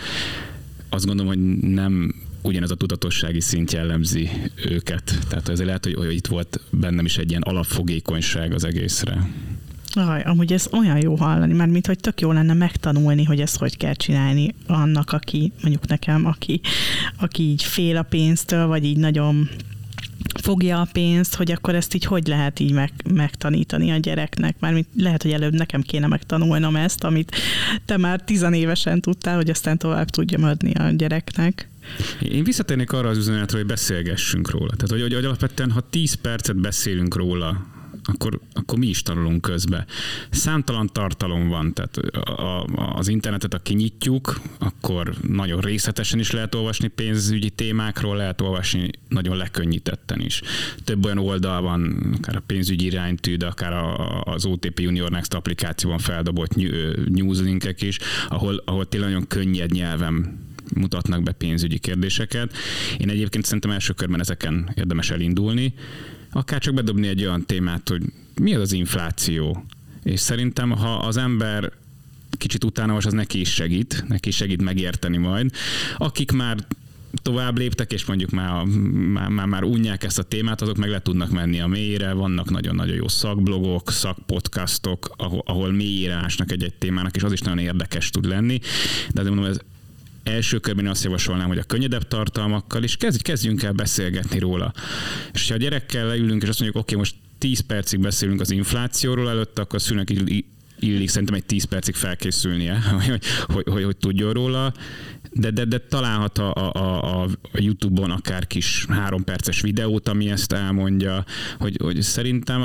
Azt gondolom, hogy nem ugyanez a tudatossági szint jellemzi őket. Tehát ezért lehet, hogy itt volt bennem is egy ilyen alapfogékonyság az egészre. Amúgy ez olyan jó hallani, mert mint hogy tök jó lenne megtanulni, hogy ezt hogy kell csinálni annak, aki mondjuk nekem, aki így fél a pénztől, vagy így nagyon fogja a pénzt, hogy akkor ezt így hogy lehet így megtanítani a gyereknek. Mármint lehet, hogy előbb nekem kéne megtanulnom ezt, amit te már 10 évesen tudtál, hogy aztán tovább tudjam adni a gyereknek. Én visszatérnék arra az üzenetre, hogy beszélgessünk róla. Tehát, hogy alapvetően, ha 10 percet beszélünk róla, akkor mi is tanulunk közben. Számtalan tartalom van, tehát az internetet, ha kinyitjuk, akkor nagyon részletesen is lehet olvasni pénzügyi témákról, lehet olvasni nagyon lekönnyítetten is. Több olyan oldal van, akár a pénzügyi iránytű, de akár az OTP Junior Next applikációban feldobott newslinkek is, ahol tényleg nagyon könnyed nyelven mutatnak be pénzügyi kérdéseket. Én egyébként szerintem első körben ezeken érdemes elindulni, akár csak bedobni egy olyan témát, hogy mi az infláció. És szerintem, ha az ember kicsit utána az neki is segít megérteni majd. Akik már tovább léptek, és mondjuk már unják ezt a témát, azok meg le tudnak menni a mélyére, vannak nagyon-nagyon jó szakblogok, szakpodcastok, ahol mélyére ásnak egy témának, és az is nagyon érdekes tud lenni. De mondom, ez első körben azt javasolnám, hogy a könnyedebb tartalmakkal is kezdjünk el beszélgetni róla. És ha a gyerekkel leülünk, és azt mondjuk, oké, most 10 percig beszélünk az inflációról előtt, akkor szülőnek illik szerintem egy 10 percig felkészülnie, hogy tudjon róla, de találhat a YouTube-on akár kis 3 perces videót, ami ezt elmondja, hogy szerintem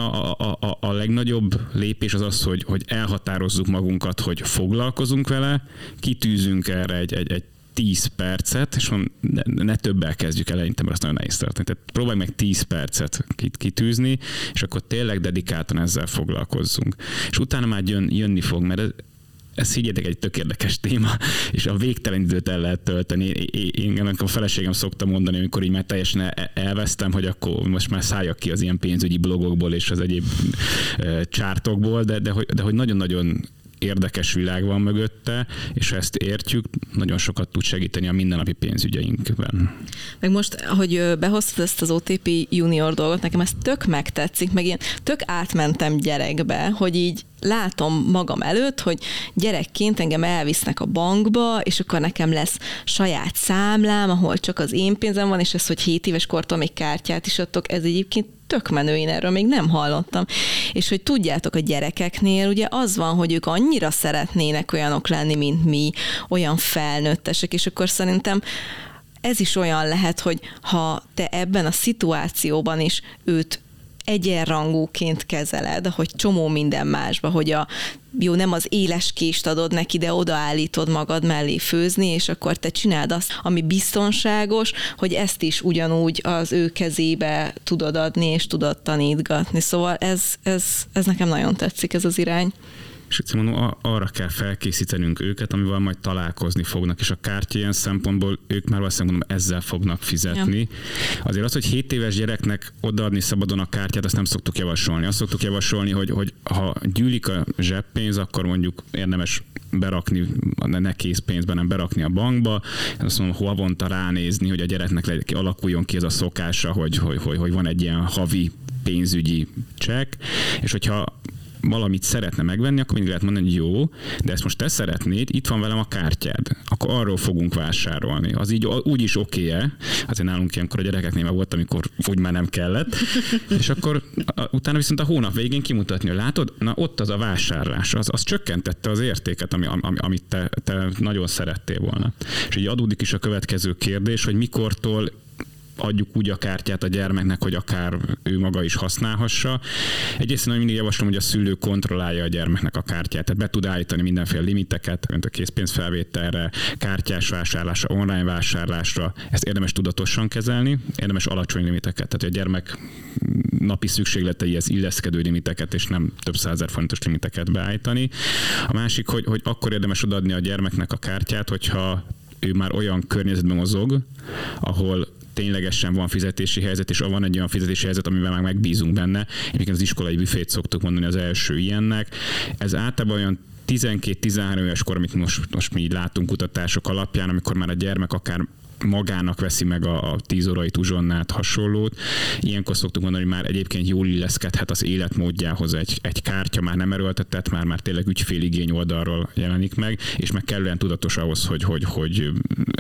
a legnagyobb lépés az, hogy elhatározzuk magunkat, hogy foglalkozunk vele, kitűzünk erre egy 10 percet, és ne többel kezdjük eleinte, mert azt nagyon nehéz tartani. Tehát próbálj meg 10 percet kitűzni, és akkor tényleg dedikáltan ezzel foglalkozzunk. És utána már jönni fog, mert ez higgyetek egy tök érdekes téma, és a végtelen időt el lehet tölteni. Én a feleségem szokta mondani, amikor így már teljesen elvesztem, hogy akkor most már szálljak ki az ilyen pénzügyi blogokból és az egyéb csártokból, de hogy nagyon-nagyon érdekes világ van mögötte, és ha ezt értjük, nagyon sokat tud segíteni a mindennapi pénzügyeinkben. Meg most, ahogy behoztad ezt az OTP Junior dolgot, nekem ez tök megtetszik, meg ilyen tök átmentem gyerekbe, hogy így látom magam előtt, hogy gyerekként engem elvisznek a bankba, és akkor nekem lesz saját számlám, ahol csak az én pénzem van, és ez, hogy 7 éves kortól még kártyát is adtok, ez egyébként tök menő, én erről még nem hallottam. És hogy tudjátok, a gyerekeknél ugye az van, hogy ők annyira szeretnének olyanok lenni, mint mi, olyan felnőttesek, és akkor szerintem ez is olyan lehet, hogy ha te ebben a szituációban is őt egyenrangúként kezeled, hogy csomó minden másba, hogy jó, nem az éles kést adod neki, de odaállítod magad mellé főzni, és akkor te csináld azt, ami biztonságos, hogy ezt is ugyanúgy az ő kezébe tudod adni, és tudod tanítgatni. Szóval ez nekem nagyon tetszik, ez az irány. És mondom, arra kell felkészítenünk őket, amivel majd találkozni fognak, és a kártya ilyen szempontból ők már valószínűleg mondom, ezzel fognak fizetni. Ja. Azért az, hogy 7 éves gyereknek odaadni szabadon a kártyát, azt nem szoktuk javasolni. Azt szoktuk javasolni, hogy ha gyűlik a zseppénz, akkor mondjuk érdemes berakni, ne készpénzben, nem berakni a bankba. Azt mondom, havonta ránézni, hogy a gyereknek alakuljon ki ez a szokása, hogy van egy ilyen havi pénzügyi csekk, és hogyha valamit szeretne megvenni, akkor mindig lehet mondani, hogy jó, de ezt most te szeretnéd, itt van velem a kártyád, akkor arról fogunk vásárolni. Az így úgy is oké-e, azért nálunk ilyenkor a gyerekeknél már volt, amikor úgy már nem kellett, és akkor utána viszont a hónap végén kimutatni, hogy látod, na ott az a vásárlás, az csökkentette az értéket, amit te nagyon szerettél volna. És így adódik is a következő kérdés, hogy mikortól adjuk úgy a kártyát a gyermeknek, hogy akár ő maga is használhassa. Egyrészt nagyon mindig javaslom, hogy a szülő kontrollálja a gyermeknek a kártyát, tehát be tud állítani mindenféle limiteket, mint a készpénzfelvételre, kártyás vásárlásra, online vásárlásra. Ezt érdemes tudatosan kezelni, érdemes alacsony limiteket, tehát a gyermek napi szükségleteihez illeszkedő limiteket, és nem több 100 000 forintos limiteket beállítani. A másik, hogy akkor érdemes odaadni a gyermeknek a kártyát, hogyha ő már olyan környezetben mozog, ahol ténylegesen van fizetési helyzet, és van egy olyan fizetési helyzet, amiben már megbízunk benne. Egyébként az iskolai büfét szoktuk mondani az első ilyennek. Ez általában olyan 12-13 éves kor, amit most mi így látunk kutatások alapján, amikor már a gyermek akár magának veszi meg a 10 órai uzsonnát, hasonlót. Ilyenkor szoktuk mondani, hogy már egyébként jól illeszkedhet az életmódjához egy kártya, már nem erőltetett, már tényleg ügyféligény oldalról jelenik meg, és meg kellően tudatos ahhoz, hogy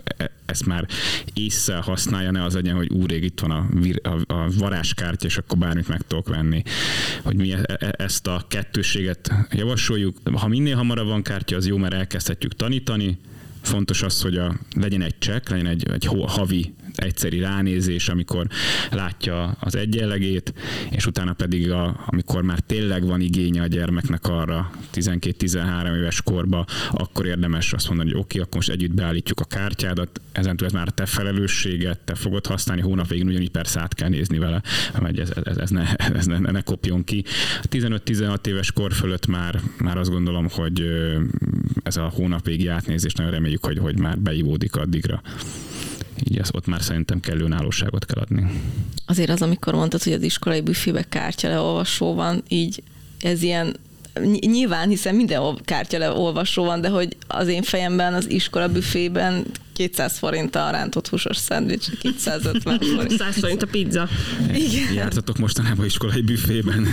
ezt már észre használja, ne az legyen, hogy úrég, itt van a varázskártya, és akkor bármit meg tudok venni. Hogy mi ezt a kettősséget javasoljuk. Ha minél hamarabb van kártya, az jó, mert elkezdhetjük tanítani. Fontos az, hogy legyen egy csekk, legyen egy havi egyszeri ránézés, amikor látja az egyenlegét, és utána pedig, amikor már tényleg van igénye a gyermeknek arra 12-13 éves korba, akkor érdemes azt mondani, hogy oké, akkor most együtt beállítjuk a kártyádat, ezentúl ez már a te felelősséget, te fogod használni, hónap végén ugyanígy persze át kell nézni vele, hogy ez ne kopjon ki. 15-16 éves kor fölött már azt gondolom, hogy ez a hónap végi átnézés, nagyon reméljük, hogy már beivódik addigra. Így ott már szerintem kellő önállóságot kell adni. Azért az, amikor mondtad, hogy az iskolai büfébe kártyaleolvasó van, így ez ilyen, nyilván, hiszen minden kártyaleolvasó van, de hogy az én fejemben az iskola büfében 200 forint a rántott húsos szendvics, 250 forint. 100 forint a pizza. Igen. Jártatok mostanában iskolai büfében?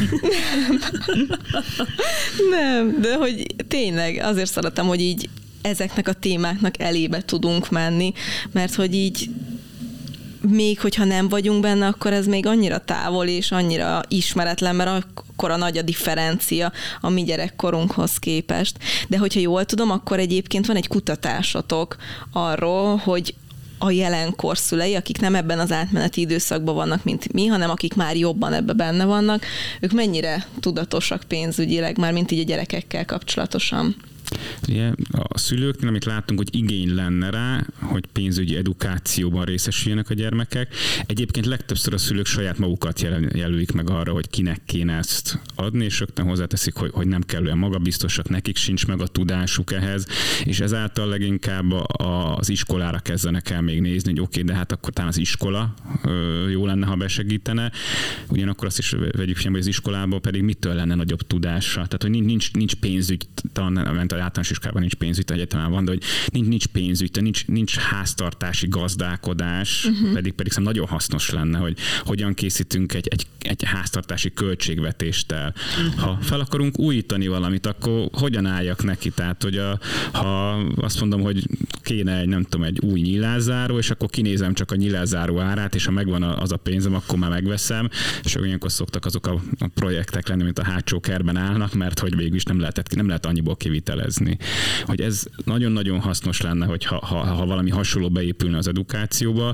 Nem, de hogy tényleg azért szeretem, hogy így ezeknek a témáknak elébe tudunk menni, mert hogy így még hogyha nem vagyunk benne, akkor ez még annyira távol és annyira ismeretlen, mert akkor a nagy a differencia a mi gyerekkorunkhoz képest. De hogyha jól tudom, akkor egyébként van egy kutatásotok arról, hogy a jelenkor szülei, akik nem ebben az átmeneti időszakban vannak, mint mi, hanem akik már jobban ebben benne vannak, ők mennyire tudatosak pénzügyileg, már mint így a gyerekekkel kapcsolatosan? Ugye a szülőknél, amit láttunk, hogy igény lenne rá, hogy pénzügyi edukációban részesüljenek a gyermekek. Egyébként legtöbbször a szülők saját magukat jelölik meg arra, hogy kinek kéne ezt adni, és rögtön hozzáteszik, hogy nem kellően magabiztosak, nekik sincs meg a tudásuk ehhez, és ezáltal leginkább az iskolára kezdenek el még nézni, hogy oké, de hát akkor talán az iskola jó lenne, ha besegítene. Ugyanakkor azt is vegyük figyelembe, hogy az iskolában pedig mitől lenne nagyobb tudása. Tehát, hogy nincs pénzügy, talán általános iskolában nincs pénzügy, egyetemen van, de hogy nincs pénzügy, nincs háztartási gazdálkodás, pedig szerintem nagyon hasznos lenne, hogy hogyan készítünk egy háztartási költségvetést el. Ha fel akarunk újítani valamit, akkor hogyan álljak neki? Tehát, hogy ha azt mondom, hogy kéne egy új nyilázáró, és akkor kinézem csak a nyilázáró árát, és ha megvan az a pénzem, akkor már megveszem, és olyankor szoktak azok a projektek lenni, mint a hátsó kertben állnak, mert hogy végül is nem lehet annyiból kivitelezni. Hogy ez nagyon-nagyon hasznos lenne, hogy ha valami hasonló beépülne az edukációba.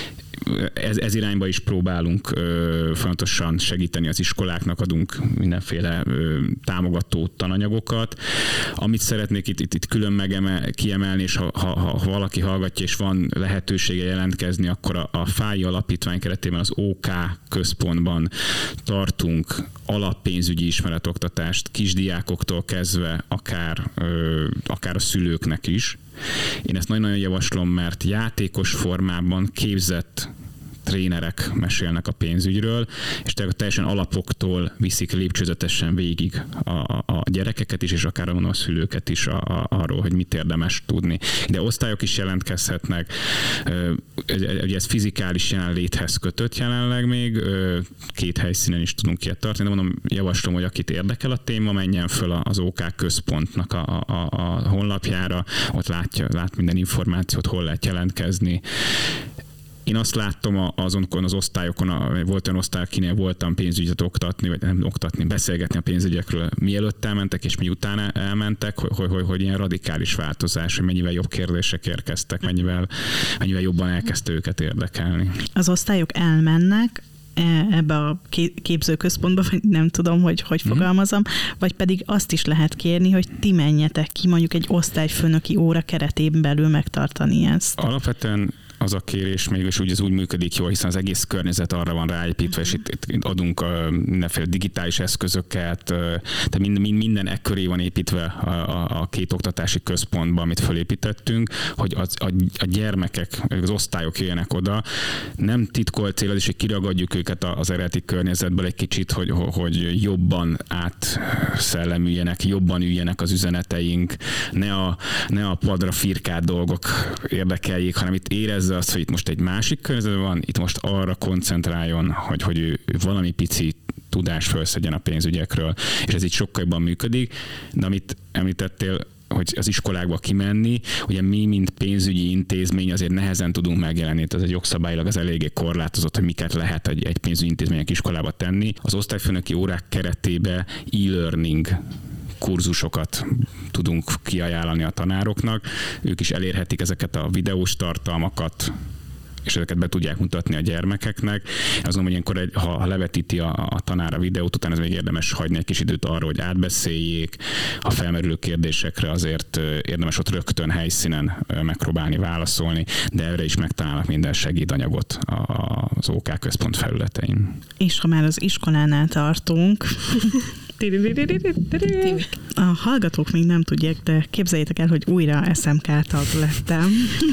Ez irányba is próbálunk fontosan segíteni az iskoláknak, adunk mindenféle támogató tananyagokat. Amit szeretnék itt külön kiemelni, és ha valaki hallgatja, és van lehetősége jelentkezni, akkor a FÁI Alapítvány keretében az OK központban tartunk alappénzügyi ismeretoktatást kisdiákoktól kezdve akár a szülőknek is. Én ezt nagyon-nagyon javaslom, mert játékos formában képzett trénerek mesélnek a pénzügyről, és teljesen alapoktól viszik lépcsőzetesen végig a gyerekeket is, és akár a szülőket is arról, hogy mit érdemes tudni. De osztályok is jelentkezhetnek, ugye ez fizikális jelenléthez kötött jelenleg még, 2 helyszínen is tudunk ilyet tartani, de mondom, javaslom, hogy akit érdekel a téma, menjen föl az OK központnak a honlapjára, ott lát minden információt, hol lehet jelentkezni. Én azt láttam azonkon az osztályokon, volt olyan osztály, akinél voltam pénzügyet oktatni, vagy nem oktatni, beszélgetni a pénzügyekről, mielőtt elmentek, és miután elmentek, hogy ilyen radikális változás, hogy mennyivel jobb kérdések érkeztek, mennyivel jobban elkezdte őket érdekelni. Az osztályok elmennek ebbe a képzőközpontba, vagy nem tudom, hogy fogalmazom, vagy pedig azt is lehet kérni, hogy ti menjetek ki mondjuk egy osztályfőnöki óra keretében belül megtartani ezt. Alapvetően az a kérés mégis úgy, ez úgy működik jól, hiszen az egész környezet arra van ráépítve, és itt adunk mindenféle digitális eszközöket, tehát minden ekköré van építve a két oktatási központban, amit fölépítettünk, hogy a gyermekek, az osztályok jöjjenek oda. Nem titkolt cél az is, hogy kiragadjuk őket az eredeti környezetből egy kicsit, hogy jobban átszellemüljenek, jobban üljenek az üzeneteink, ne a padra firkált dolgok érdekeljék, hanem itt érezze azt, hogy itt most egy másik környezetben van, itt most arra koncentráljon, hogy ő valami pici tudást felszedjen a pénzügyekről, és ez így sokkal jobban működik, de amit említettél, hogy az iskolákba kimenni, ugye mi, mint pénzügyi intézmény azért nehezen tudunk megjelenni, ez egy jogszabályilag az eléggé korlátozott, hogy miket lehet egy pénzügyi intézmények iskolába tenni. Az osztályfőnöki órák keretébe e-learning kurzusokat tudunk kiajánlani a tanároknak. Ők is elérhetik ezeket a videós tartalmakat, és ezeket be tudják mutatni a gyermekeknek. Azt gondolom, hogy ilyenkor, ha levetíti a tanár a videót, utána ez még érdemes hagyni egy kis időt arra, hogy átbeszéljék. A felmerülő kérdésekre azért érdemes ott rögtön helyszínen megpróbálni válaszolni, de erre is megtalálnak minden segédanyagot az OK központ felületein. És ha már az iskolánál tartunk, a hallgatók még nem tudják, de képzeljétek el, hogy újra SMK tag lettem.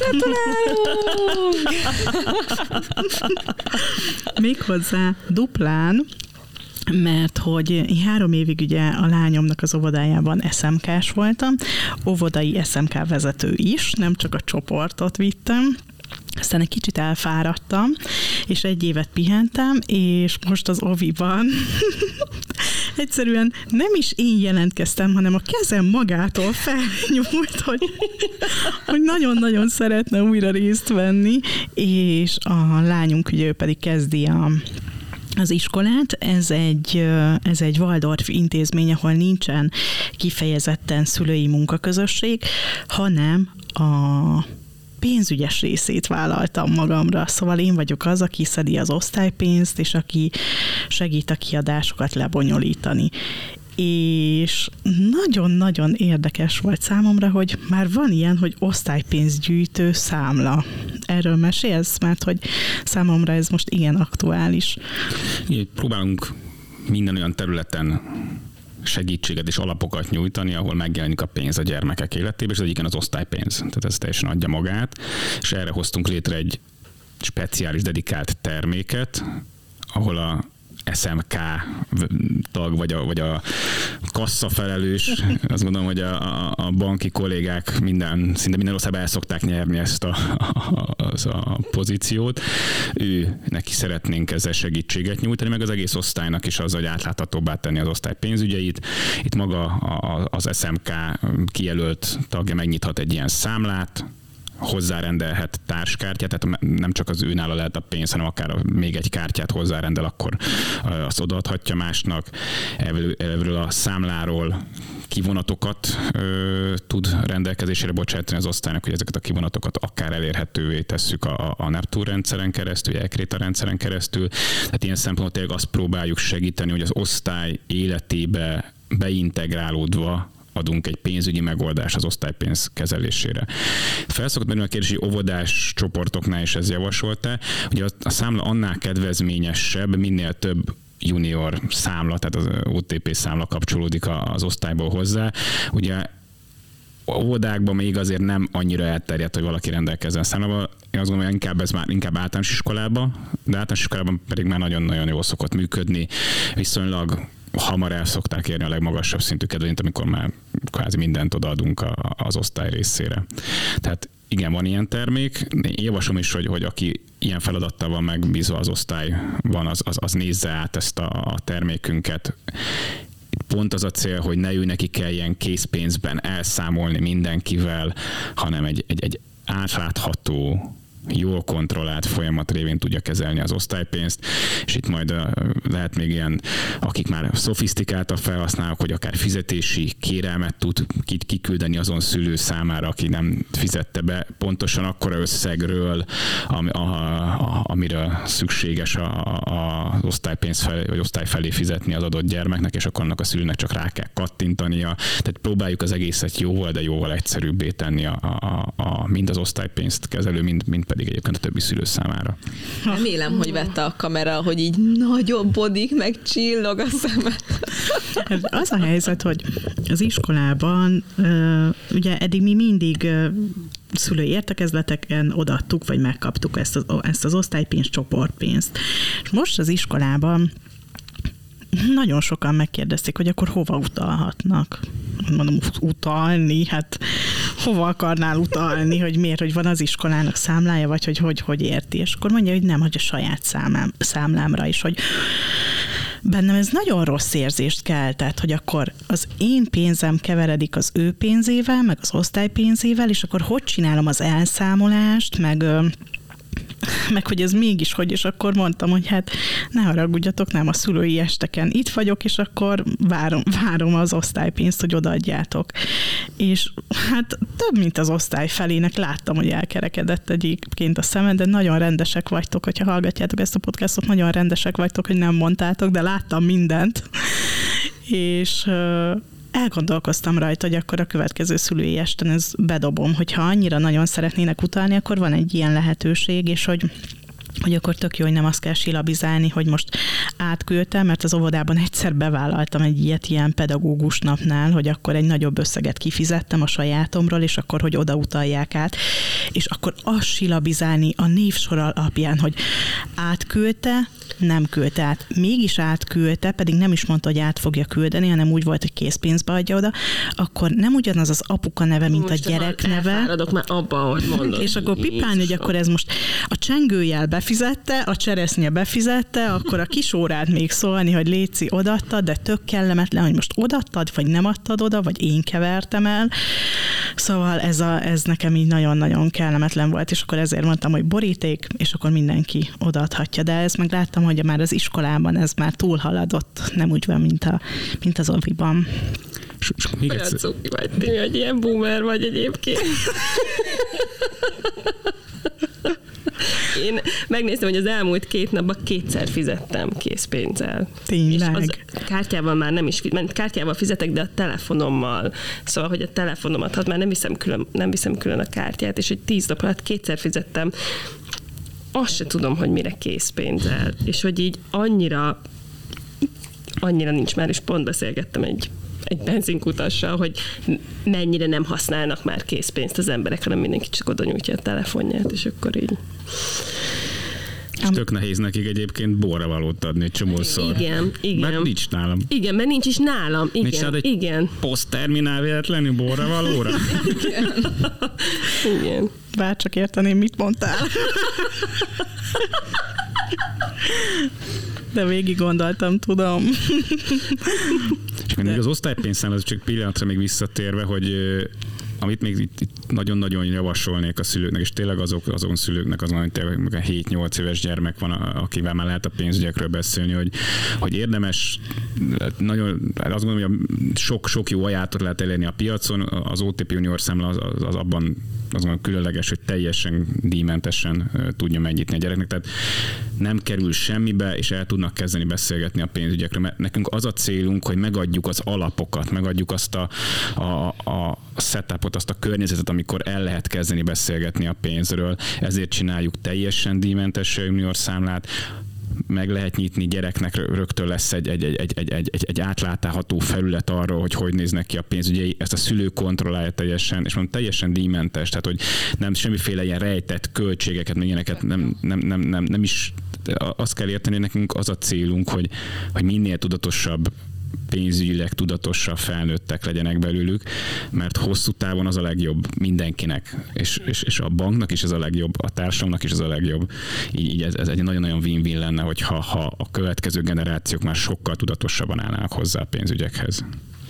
Méghozzá duplán, mert hogy én 3 évig ugye a lányomnak az óvodájában SMK-s voltam, óvodai SMK vezető is, nem csak a csoportot vittem. Aztán egy kicsit elfáradtam, és 1 évet pihentem, és most az oviban egyszerűen nem is én jelentkeztem, hanem a kezem magától felnyúlt, hogy nagyon-nagyon szeretne újra részt venni, és a lányunk ugye ő pedig kezdi az iskolát. Ez egy Waldorf intézmény, ahol nincsen kifejezetten szülői munkaközösség, hanem a pénzügyes részét vállaltam magamra. Szóval én vagyok az, aki szedi az osztálypénzt, és aki segít a kiadásokat lebonyolítani. És nagyon-nagyon érdekes volt számomra, hogy már van ilyen, hogy osztálypénzgyűjtő számla. Erről mesélsz? Mert hogy számomra ez most igen aktuális. Próbálunk minden olyan területen segítséget és alapokat nyújtani, ahol megjelenik a pénz a gyermekek életében, és az egyiken az osztálypénz. Tehát ez teljesen adja magát, és erre hoztunk létre egy speciális dedikált terméket, ahol a SMK tag, vagy a kasszafelelős, azt gondolom, hogy a banki kollégák szinte minden országban el szokták nyerni ezt a pozíciót. Neki szeretnénk ezzel segítséget nyújtani, meg az egész osztálynak is az, hogy átláthatóbbá tenni az osztály pénzügyeit. Itt maga az SMK kijelölt tagja megnyithat egy ilyen számlát, hozzárendelhet társkártyát, tehát nem csak az őnála lehet a pénz, hanem akár még egy kártyát hozzárendel, akkor azt odaadhatja másnak. Ebből a számláról kivonatokat tud rendelkezésére bocsátani az osztálynak, hogy ezeket a kivonatokat akár elérhetővé tesszük a Neptun rendszeren keresztül, vagy Ekréta rendszeren keresztül. Tehát ilyen szempontból azt próbáljuk segíteni, hogy az osztály életébe beintegrálódva adunk egy pénzügyi megoldást az osztálypénz kezelésére. Felszokott merülni a kérdés, hogy óvodás csoportoknál is ez javasolta. Ugye a számla annál kedvezményesebb, minél több junior számla, tehát az OTP számla kapcsolódik az osztályból hozzá. Ugye óvodákban még azért nem annyira elterjedt, hogy valaki rendelkezzen számlával. Én azt gondolom, hogy inkább általános iskolában, de általános iskolában pedig már nagyon-nagyon jól szokott működni. Viszonylag hamar el szokták érni a legmagasabb szintű kedvényt, amikor már kvázi mindent odaadunk az osztály részére. Tehát igen, van ilyen termék. Én javaslom is, hogy aki ilyen feladattal van megbízva az osztályban, az nézze át ezt a termékünket. Itt pont az a cél, hogy ne ő neki kelljen készpénzben elszámolni mindenkivel, hanem egy átlátható, jól kontrollált folyamat révén tudja kezelni az osztálypénzt, és itt majd lehet még ilyen, akik már szofisztikáltabb felhasználók, hogy akár fizetési kérelmet tud kiküldeni azon szülő számára, aki nem fizette be pontosan akkora összegről, amire szükséges az osztálypénz felé, vagy osztály felé fizetni az adott gyermeknek, és akkor annak a szülőnek csak rá kell kattintania. Tehát próbáljuk az egészet jóval, de jóval egyszerűbbé tenni mind az osztálypénzt kezelő, mind pedig egyébként a többi szülő számára. Remélem, hogy vette a kamera, hogy így nagyobbodik, meg csillog a szeme. Az a helyzet, hogy az iskolában ugye eddig mi mindig szülői értekezleteken odaadtuk, vagy megkaptuk ezt az osztálypénzt, csoportpénzt. És most az iskolában nagyon sokan megkérdezték, hogy akkor hova utalhatnak. Mondom, utalni, hát hova akarnál utalni, hogy miért, hogy van az iskolának számlája, vagy hogy érti. És akkor mondja, hogy nem, hogy a saját számlámra is, hogy bennem ez nagyon rossz érzést keltett, hogy akkor az én pénzem keveredik az ő pénzével, meg az osztály pénzével, és akkor hogy csinálom az elszámolást, meg hogy ez mégis hogy, és akkor mondtam, hogy hát ne haragudjatok, nem a szülői esteken itt vagyok, és akkor várom az osztálypénzt, hogy odaadjátok. És hát több, mint az osztály felének láttam, hogy elkerekedett egyébként a szemed, de nagyon rendesek vagytok, hogyha hallgatjátok ezt a podcastot, nagyon rendesek vagytok, hogy nem mondtátok, de láttam mindent. És elgondolkoztam rajta, hogy akkor a következő szülői esten ez bedobom, hogyha annyira nagyon szeretnének utalni, akkor van egy ilyen lehetőség, és hogy akkor tök jó, hogy nem azt kell silabizálni, hogy most átküldtem, mert az óvodában egyszer bevállaltam egy ilyen pedagógus napnál, hogy akkor egy nagyobb összeget kifizettem a sajátomról, és akkor, hogy oda utalják át, és akkor azt silabizálni a névsor alapján, hogy átküldte, nem küldte át. Mégis átküldte, pedig nem is mondta, hogy át fogja küldeni, hanem úgy volt, hogy készpénzbe adja oda, akkor nem ugyanaz az apuka neve, mint most a gyerek neve. Elfáradok már abban, hogy mondod. És akkor pipálni, hogy akkor ez most a csengőjel befizette, a cseresznye befizette, akkor a kis órát még szólni, hogy léci odaadtad, de tök kellemetlen, hogy most odaadtad, vagy nem adtad oda, vagy én kevertem el. Szóval ez nekem így nagyon-nagyon kellemetlen volt, és akkor ezért mondtam, hogy boríték, és akkor mindenki odaadhatja. De ez meg láttam, hogy már az iskolában ez már túlhaladott, nem úgy van, mint az oviban. Olyan cuki vagy, Timi, hogy ilyen boomer vagy egyébként. Én megnéztem, hogy az elmúlt 2 napban 2-szer fizettem készpénzzel. Tényleg? És az kártyával már nem is, mert kártyával fizetek, de a telefonommal. Szóval, hogy a telefonomat, hát már nem viszem külön a kártyát, és egy 10 nap alatt 2-szer fizettem. Azt se tudom, hogy mire készpénzzel. És hogy így annyira nincs már, és pont beszélgettem egy benzinkutassal, hogy mennyire nem használnak már készpénzt az emberek, hanem mindenki csak oda nyújtja a telefonját, és akkor így. És tök nehéz nekik egyébként borravalót adni egy csomószor. Igen. Mert nincs nálam. Igen, mert nincs is nálam. Igen, nincs posztterminál véletlenül borravalóra? Igen. Bárcsak érteném, mit mondtál. De végig gondoltam, tudom. És még az osztálypénzszám, az csak pillanatra még visszatérve, hogy amit még itt nagyon-nagyon javasolnék a szülőknek, és tényleg azon szülőknek, azon 7-8 éves gyermek van, akivel már lehet a pénzügyekről beszélni, hogy érdemes, nagyon, azt gondolom, hogy sok jó ajánlatot lehet elérni a piacon, az OTP Junior számla az abban azon különleges, hogy teljesen díjmentesen tudja megnyitni a gyereknek, tehát nem kerül semmibe, és el tudnak kezdeni beszélgetni a pénzügyekről, mert nekünk az a célunk, hogy megadjuk az alapokat, megadjuk azt a setupot, azt a környezetet, amikor el lehet kezdeni beszélgetni a pénzről, ezért csináljuk teljesen díjmentes junior számlát, meg lehet nyitni gyereknek, rögtön lesz egy átlátható felület arról, hogy néznek ki a pénzügyei, ezt a szülő kontrollálja teljesen, és mondom, teljesen díjmentes, tehát hogy nem semmiféle ilyen rejtett költségeket, meg ilyeneket nem is, azt kell érteni, hogy nekünk az a célunk, hogy minél tudatosabb, pénzügyileg tudatosabb felnőttek legyenek belőlük, mert hosszú távon az a legjobb mindenkinek, és a banknak is ez a legjobb, a társadalomnak is ez a legjobb. Így ez egy nagyon-nagyon win-win lenne, hogyha a következő generációk már sokkal tudatosabban állnának hozzá a pénzügyekhez.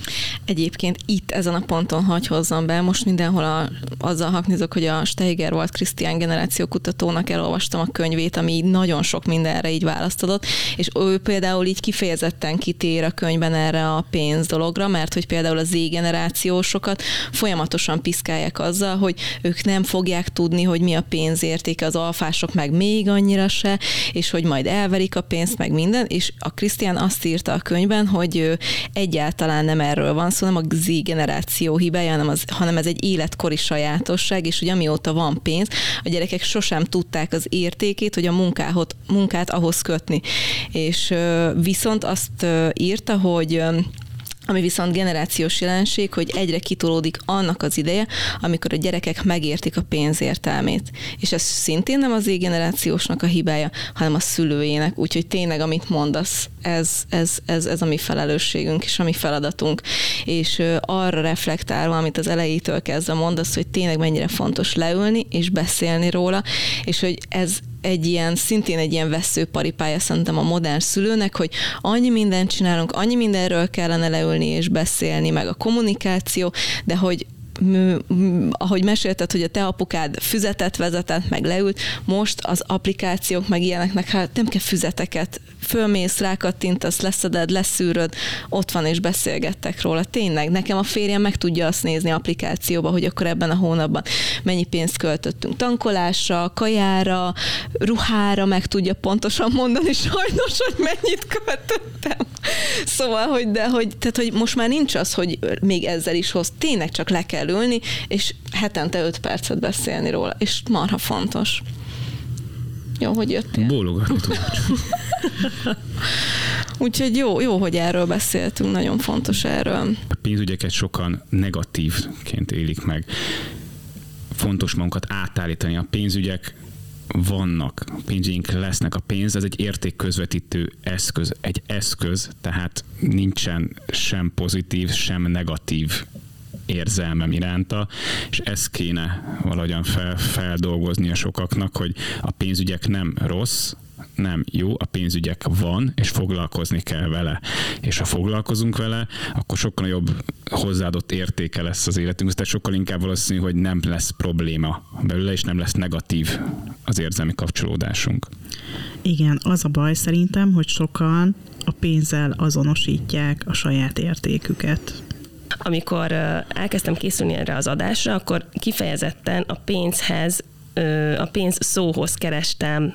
egyébként itt ezen a ponton hagy hozzam be, most mindenhol azzal haknizok, hogy a Steigerwald Krisztián generációkutatónak elolvastam a könyvét, ami így nagyon sok mindenre így választ adott, és ő például így kifejezetten kitér a könyvben erre a pénz dologra, mert hogy például a Z-generációsokat folyamatosan piszkálják azzal, hogy ők nem fogják tudni, hogy mi a pénz értéke, az alfások meg még annyira se, és hogy majd elverik a pénzt, meg minden, és a Krisztián azt írta a könyvben, hogy egyáltalán nem erről van szó, nem a Z-generáció hibája, hanem ez egy életkori sajátosság, és hogy amióta van pénz, a gyerekek sosem tudták az értékét, hogy a munkát ahhoz kötni. És viszont azt írta, hogy ami viszont generációs jelenség, hogy egyre kitolódik annak az ideje, amikor a gyerekek megértik a pénz értelmét. És ez szintén nem az Z-generációsnak a hibája, hanem a szülőjének. Úgyhogy tényleg, amit mondasz, ez a mi felelősségünk és a mi feladatunk. És arra reflektálva, amit az elejétől kezdve mondasz, hogy tényleg mennyire fontos leülni és beszélni róla, és hogy ez szintén egy ilyen vesszőparipája szerintem a modern szülőnek, hogy annyi mindent csinálunk, annyi mindenről kellene leülni és beszélni, meg a kommunikáció, de hogy ahogy mesélted, hogy a te apukád füzetet vezetett, meg leült, most az applikációk meg ilyeneknek, hát nem kell füzeteket, fölmész, rákattintasz, leszeded, leszűröd, ott van és beszélgettek róla. Tényleg, nekem a férjem meg tudja azt nézni applikációba, hogy akkor ebben a hónapban mennyi pénzt költöttünk tankolásra, kajára, ruhára, meg tudja pontosan mondani sajnos, hogy mennyit költöttem. Szóval, tehát, hogy most már nincs az, hogy még ezzel is hoz, tényleg csak le kell ülni, és hetente 5 percet beszélni róla, és marha fontos. Jó, hogy jöttél. Bólogatni tudod. Úgyhogy jó, hogy erről beszéltünk, nagyon fontos erről. A pénzügyeket sokan negatívként élik meg. Fontos magunkat átállítani. A pénzügyek vannak, pénzügyink lesznek, a pénz, ez egy értékközvetítő eszköz, egy eszköz, tehát nincsen sem pozitív, sem negatív érzelmem iránta, és ezt kéne valahogyan feldolgozni a sokaknak, hogy a pénzügyek nem rossz, nem jó, a pénzügyek van, és foglalkozni kell vele. És ha foglalkozunk vele, akkor sokkal jobb hozzáadott értéke lesz az életünk, tehát sokkal inkább valószínű, hogy nem lesz probléma belőle, és nem lesz negatív az érzelmi kapcsolódásunk. Igen, az a baj szerintem, hogy sokan a pénzzel azonosítják a saját értéküket. Amikor elkezdtem készülni erre az adásra, akkor kifejezetten a pénzhez, a pénz szóhoz kerestem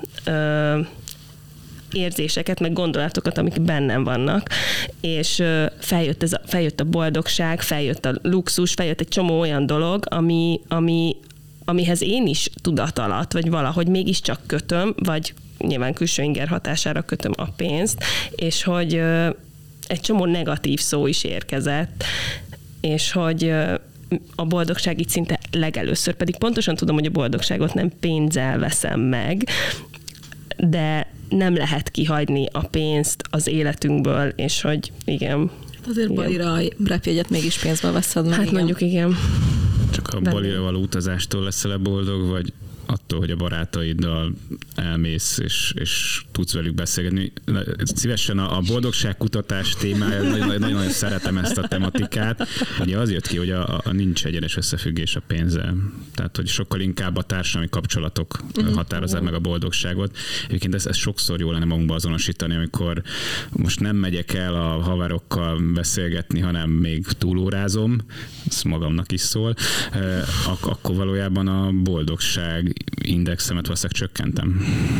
érzéseket, meg gondolatokat, amik bennem vannak, és feljött a boldogság, feljött a luxus, feljött egy csomó olyan dolog, amihez én is tudatalatt, vagy valahogy mégiscsak kötöm, vagy nyilván külső inger hatására kötöm a pénzt, és hogy egy csomó negatív szó is érkezett, és hogy a boldogság itt szinte legelőször, pedig pontosan tudom, hogy a boldogságot nem pénzzel veszem meg, de nem lehet kihagyni a pénzt az életünkből, és hogy igen. Azért Balira a repjegyet mégis pénzből veszed meg. Hát igen. Mondjuk igen. Csak a Balira való utazástól leszel boldog, vagy attól, hogy a barátaiddal elmész, és tudsz velük beszélgetni. Szívesen a boldogságkutatás témája, nagyon szeretem ezt a tematikát. Ugye az jött ki, hogy nincs egyenes összefüggés a pénzzel. Tehát, hogy sokkal inkább a társadalmi kapcsolatok határozzák meg a boldogságot. Egyébként ezt sokszor jó lenne magunkba azonosítani, amikor most nem megyek el a haverokkal beszélgetni, hanem még túlórázom, ez magamnak is szól, akkor valójában a boldogság indexemet valószínűleg csökkentem.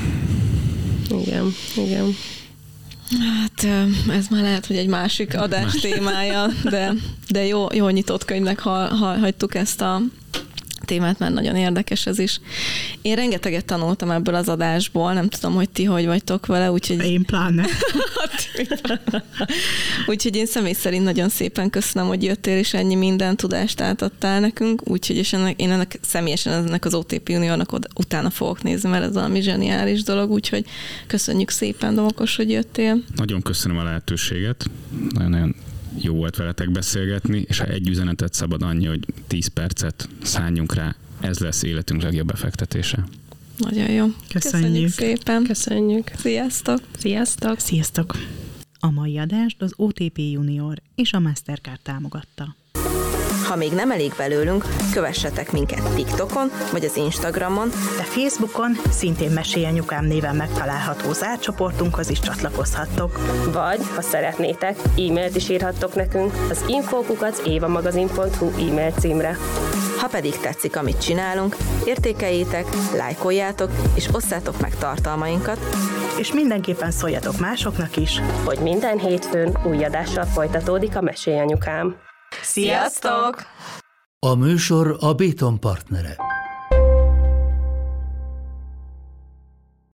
Igen. Hát ez már lehet, hogy egy másik adás témája, de jó nyitott könyvnek hagytuk ezt a témát, mert nagyon érdekes ez is. Én rengeteget tanultam ebből az adásból, nem tudom, hogy ti hogy vagytok vele, úgyhogy... Én pláne. Úgyhogy én személy szerint nagyon szépen köszönöm, hogy jöttél, és ennyi minden tudást átadtál nekünk, úgyhogy és én ennek személyesen ennek az OTP Uniónak utána fogok nézni, mert ez valami zseniális dolog, úgyhogy köszönjük szépen, Domokos, hogy jöttél. Nagyon köszönöm a lehetőséget, nagyon jó volt veletek beszélgetni, és ha egy üzenetet szabad annyi, hogy 10 percet szálljunk rá, ez lesz életünk legjobb befektetése. Nagyon jó. Köszönjük szépen. Köszönjük. Sziasztok. Sziasztok. Sziasztok. A mai adást az OTP Junior és a Mastercard támogatta. Ha még nem elég belőlünk, kövessetek minket TikTokon vagy az Instagramon, de Facebookon szintén Mesélj Anyukám néven megtalálható zárt csoportunkhoz is csatlakozhattok. Vagy, ha szeretnétek, e-mailt is írhattok nekünk az info@évamagazin.hu e-mail címre. Ha pedig tetszik, amit csinálunk, értékeljétek, lájkoljátok és osszátok meg tartalmainkat, és mindenképpen szóljatok másoknak is, hogy minden hétfőn új adással folytatódik a Mesélj Anyukám. Sziasztok! A műsor a Béton partnere.